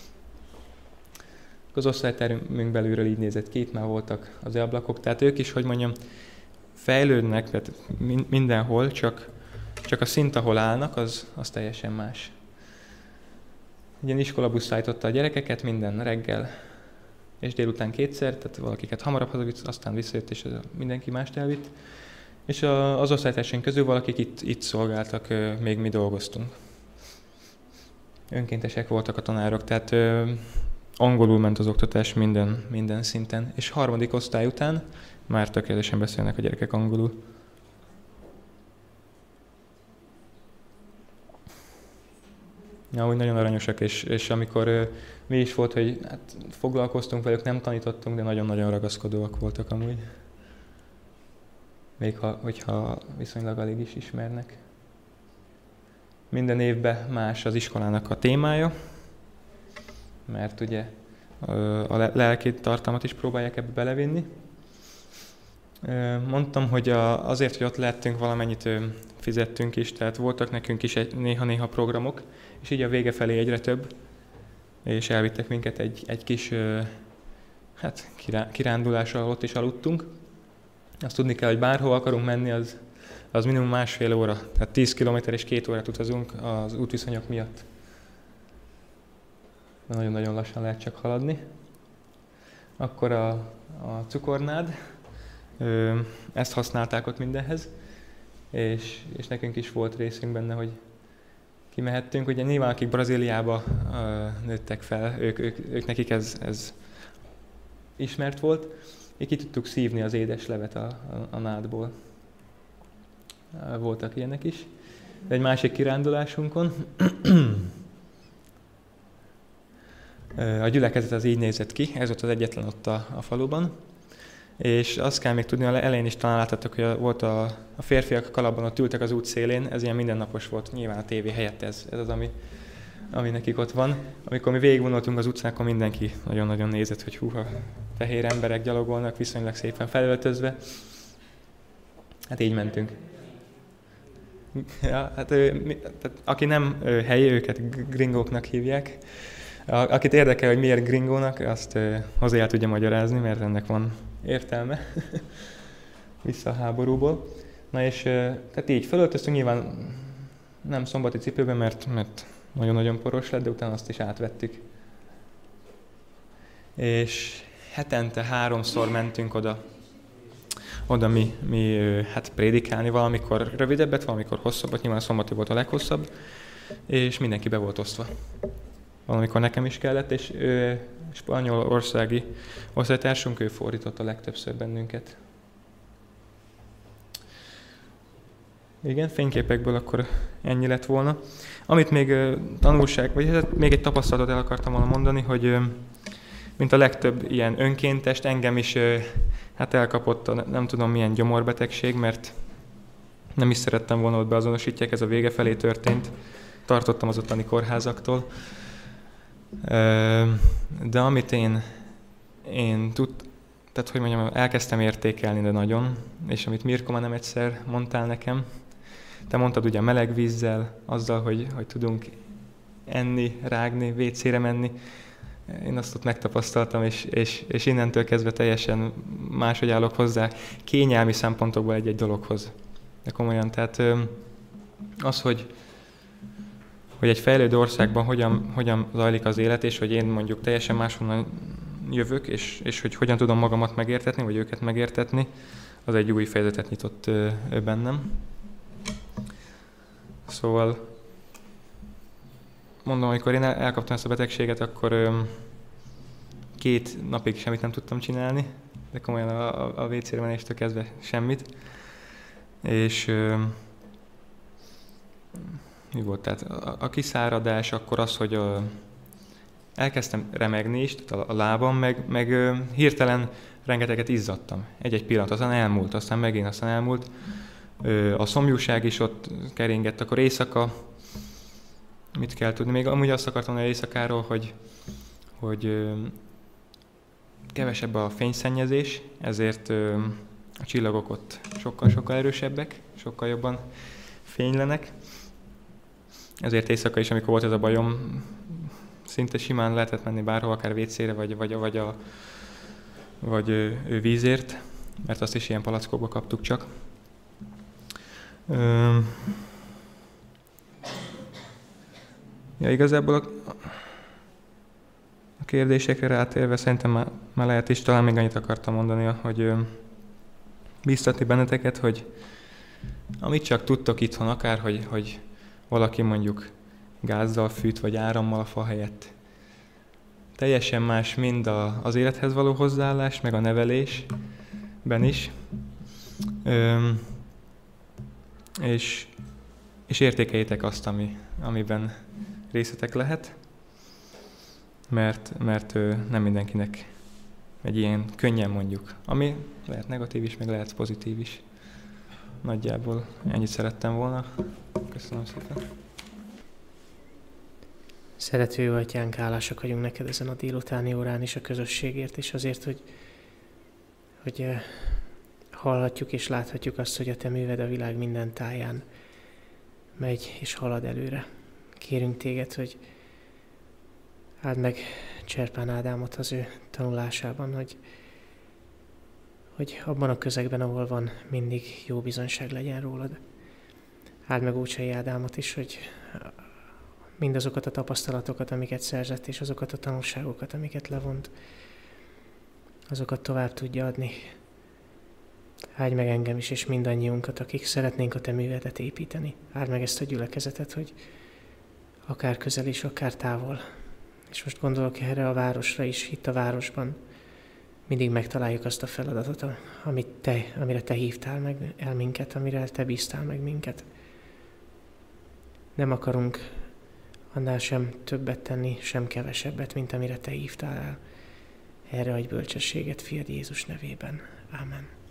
Az osztálytermünk belülről így nézett ki, itt már voltak az ablakok, tehát ők is, hogy mondjam, fejlődnek, tehát mindenhol, csak a szint, ahol állnak, az teljesen más. Ilyen iskolabusz szállította a gyerekeket minden reggel, és délután 2-szer, tehát valakiket hamarabb hazavitt, aztán visszajött, és mindenki mást elvitt. És az osztálytársaink közül valakik itt szolgáltak, még mi dolgoztunk. Önkéntesek voltak a tanárok, tehát angolul ment az oktatás minden szinten. És 3. osztály után már tökéletesen beszélnek a gyerekek angolul. Ja, úgy nagyon aranyosak, és amikor mi is volt, hogy hát foglalkoztunk velük, nem tanítottunk, de nagyon-nagyon ragaszkodóak voltak amúgy. Még hogyha viszonylag alig is ismernek. Minden évben más az iskolának a témája, mert ugye a lelki tartalmat is próbálják ebbe belevinni. Mondtam, hogy azért, hogy ott lettünk, valamennyit fizettünk is, tehát voltak nekünk is néha-néha programok, és így a vége felé egyre több, és elvittek minket egy kis kirándulásra, ott is aludtunk. Azt tudni kell, hogy bárhol akarunk menni, az minimum 1,5 óra, tehát 10 km és 2 órát utazunk az útviszonyok miatt. Nagyon-nagyon lassan lehet csak haladni. Akkor a cukornád, ezt használták ott mindenhez, és nekünk is volt részünk benne, hogy kimehettünk. Ugye nyilván akik Brazíliába nőttek fel, ők nekik ez ismert volt. Így ki tudtuk szívni az édes levet a nádból. Voltak ilyenek is. De egy másik kirándulásunkon a gyülekezet az így nézett ki, ez volt az egyetlen ott a faluban. És azt kell még tudni, elején is talán láttátok, hogy volt a férfiak kalapban, ott ültek az út szélén, ez ilyen mindennapos volt, nyilván a tévé helyett ez az, ami nekik ott van. Amikor mi végigvonultunk az utcán, akkor mindenki nagyon-nagyon nézett, hogy húha, fehér emberek gyalogolnak, viszonylag szépen felöltözve. Hát így mentünk. Ja, hát, aki nem helyi, őket gringóknak hívják. Akit érdekel, hogy miért gringónak, azt hozzá el tudja magyarázni, mert ennek van értelme vissza a háborúból. Na és tehát így felöltöztünk, nyilván nem szombati cipőben, mert nagyon-nagyon poros lett, de utána azt is átvettük. És hetente 3-szor mentünk oda mi hát prédikálni, valamikor rövidebbet, valamikor hosszabbat, nyilván a szombati volt a leghosszabb, és mindenki be volt osztva. Valamikor nekem is kellett, és spanyolországi osztálytársunk, ő fordította legtöbbször bennünket. Igen, fényképekből akkor ennyi lett volna. Amit még tanulság, vagy még egy tapasztalatot el akartam volna mondani, hogy mint a legtöbb ilyen önkéntest, engem is hát elkapott a nem tudom milyen gyomorbetegség, mert nem is szerettem volna ott beazonosítják, ez a vége felé történt. Tartottam az ottani kórházaktól. De amit én tehát hogy mondjam, elkezdtem értékelni, de nagyon, és amit Mirko már nem egyszer mondtál nekem, te mondtad ugye a meleg vízzel, azzal, hogy tudunk enni, rágni, WC-re menni. Én azt ott megtapasztaltam, és innentől kezdve teljesen máshogy állok hozzá, kényelmi szempontokból egy dologhoz. De komolyan, tehát az, hogy egy fejlődő országban hogyan zajlik az élet, és hogy én mondjuk teljesen máshonnan jövök, és hogy hogyan tudom magamat megértetni, vagy őket megértetni, az egy új fejezetet nyitott bennem. Szóval mondom, amikor én elkaptam ezt a betegséget, akkor 2 napig semmit nem tudtam csinálni, de komolyan a WC-re menéstől kezdve semmit. És mi volt? Tehát a kiszáradás, akkor az, hogy elkezdtem remegni is, tehát a lábam, meg hirtelen rengeteget izzadtam. Egy-egy pillanat, aztán elmúlt, aztán megint, aztán elmúlt. A szomjúság is ott keringett, akkor éjszaka, mit kell tudni? Még amúgy azt akartam mondani éjszakáról, hogy kevesebb a fényszennyezés, ezért a csillagok ott sokkal erősebbek, sokkal jobban fénylenek. Ezért éjszaka is, amikor volt ez a bajom, szinte simán lehetett menni bárhol, akár WC-re, vagy vízért, mert azt is ilyen palackokba kaptuk csak. Ja, igazából a kérdésekre rátérve szerintem már lehet is, talán még annyit akartam mondani, hogy bíztatni benneteket, hogy amit csak tudtok itthon, akár, hogy valaki mondjuk gázzal fűt, vagy árammal a fa helyett. Teljesen más mind az élethez való hozzáállás, meg a nevelésben is. És értékeljétek azt, amiben részletek lehet, mert nem mindenkinek egy ilyen könnyen mondjuk, ami lehet negatív is, meg lehet pozitív is. Nagyjából ennyit szerettem volna. Köszönöm szépen. Szerető jó Atyánk, hálásak vagyunk neked ezen a délutáni órán is a közösségért, és azért, hogy hallhatjuk és láthatjuk azt, hogy a te műved a világ minden táján megy és halad előre. Kérünk téged, hogy áld meg Cserpán Ádámot az ő tanulásában, hogy abban a közegben, ahol van, mindig jó bizonyság legyen rólad. Áld meg Ócsai Ádámot is, hogy mindazokat a tapasztalatokat, amiket szerzett, és azokat a tanulságokat, amiket levont, azokat tovább tudja adni. Áldj meg engem is, és mindannyiunkat, akik szeretnénk a te művedet építeni. Áld meg ezt a gyülekezetet, hogy akár közel is, akár távol. És most gondolok erre a városra is, itt a városban. Mindig megtaláljuk azt a feladatot, amire te hívtál meg el minket, amire te bíztál meg minket. Nem akarunk annál sem többet tenni, sem kevesebbet, mint amire te hívtál el. Erre adj bölcsességet fiad Jézus nevében. Ámen.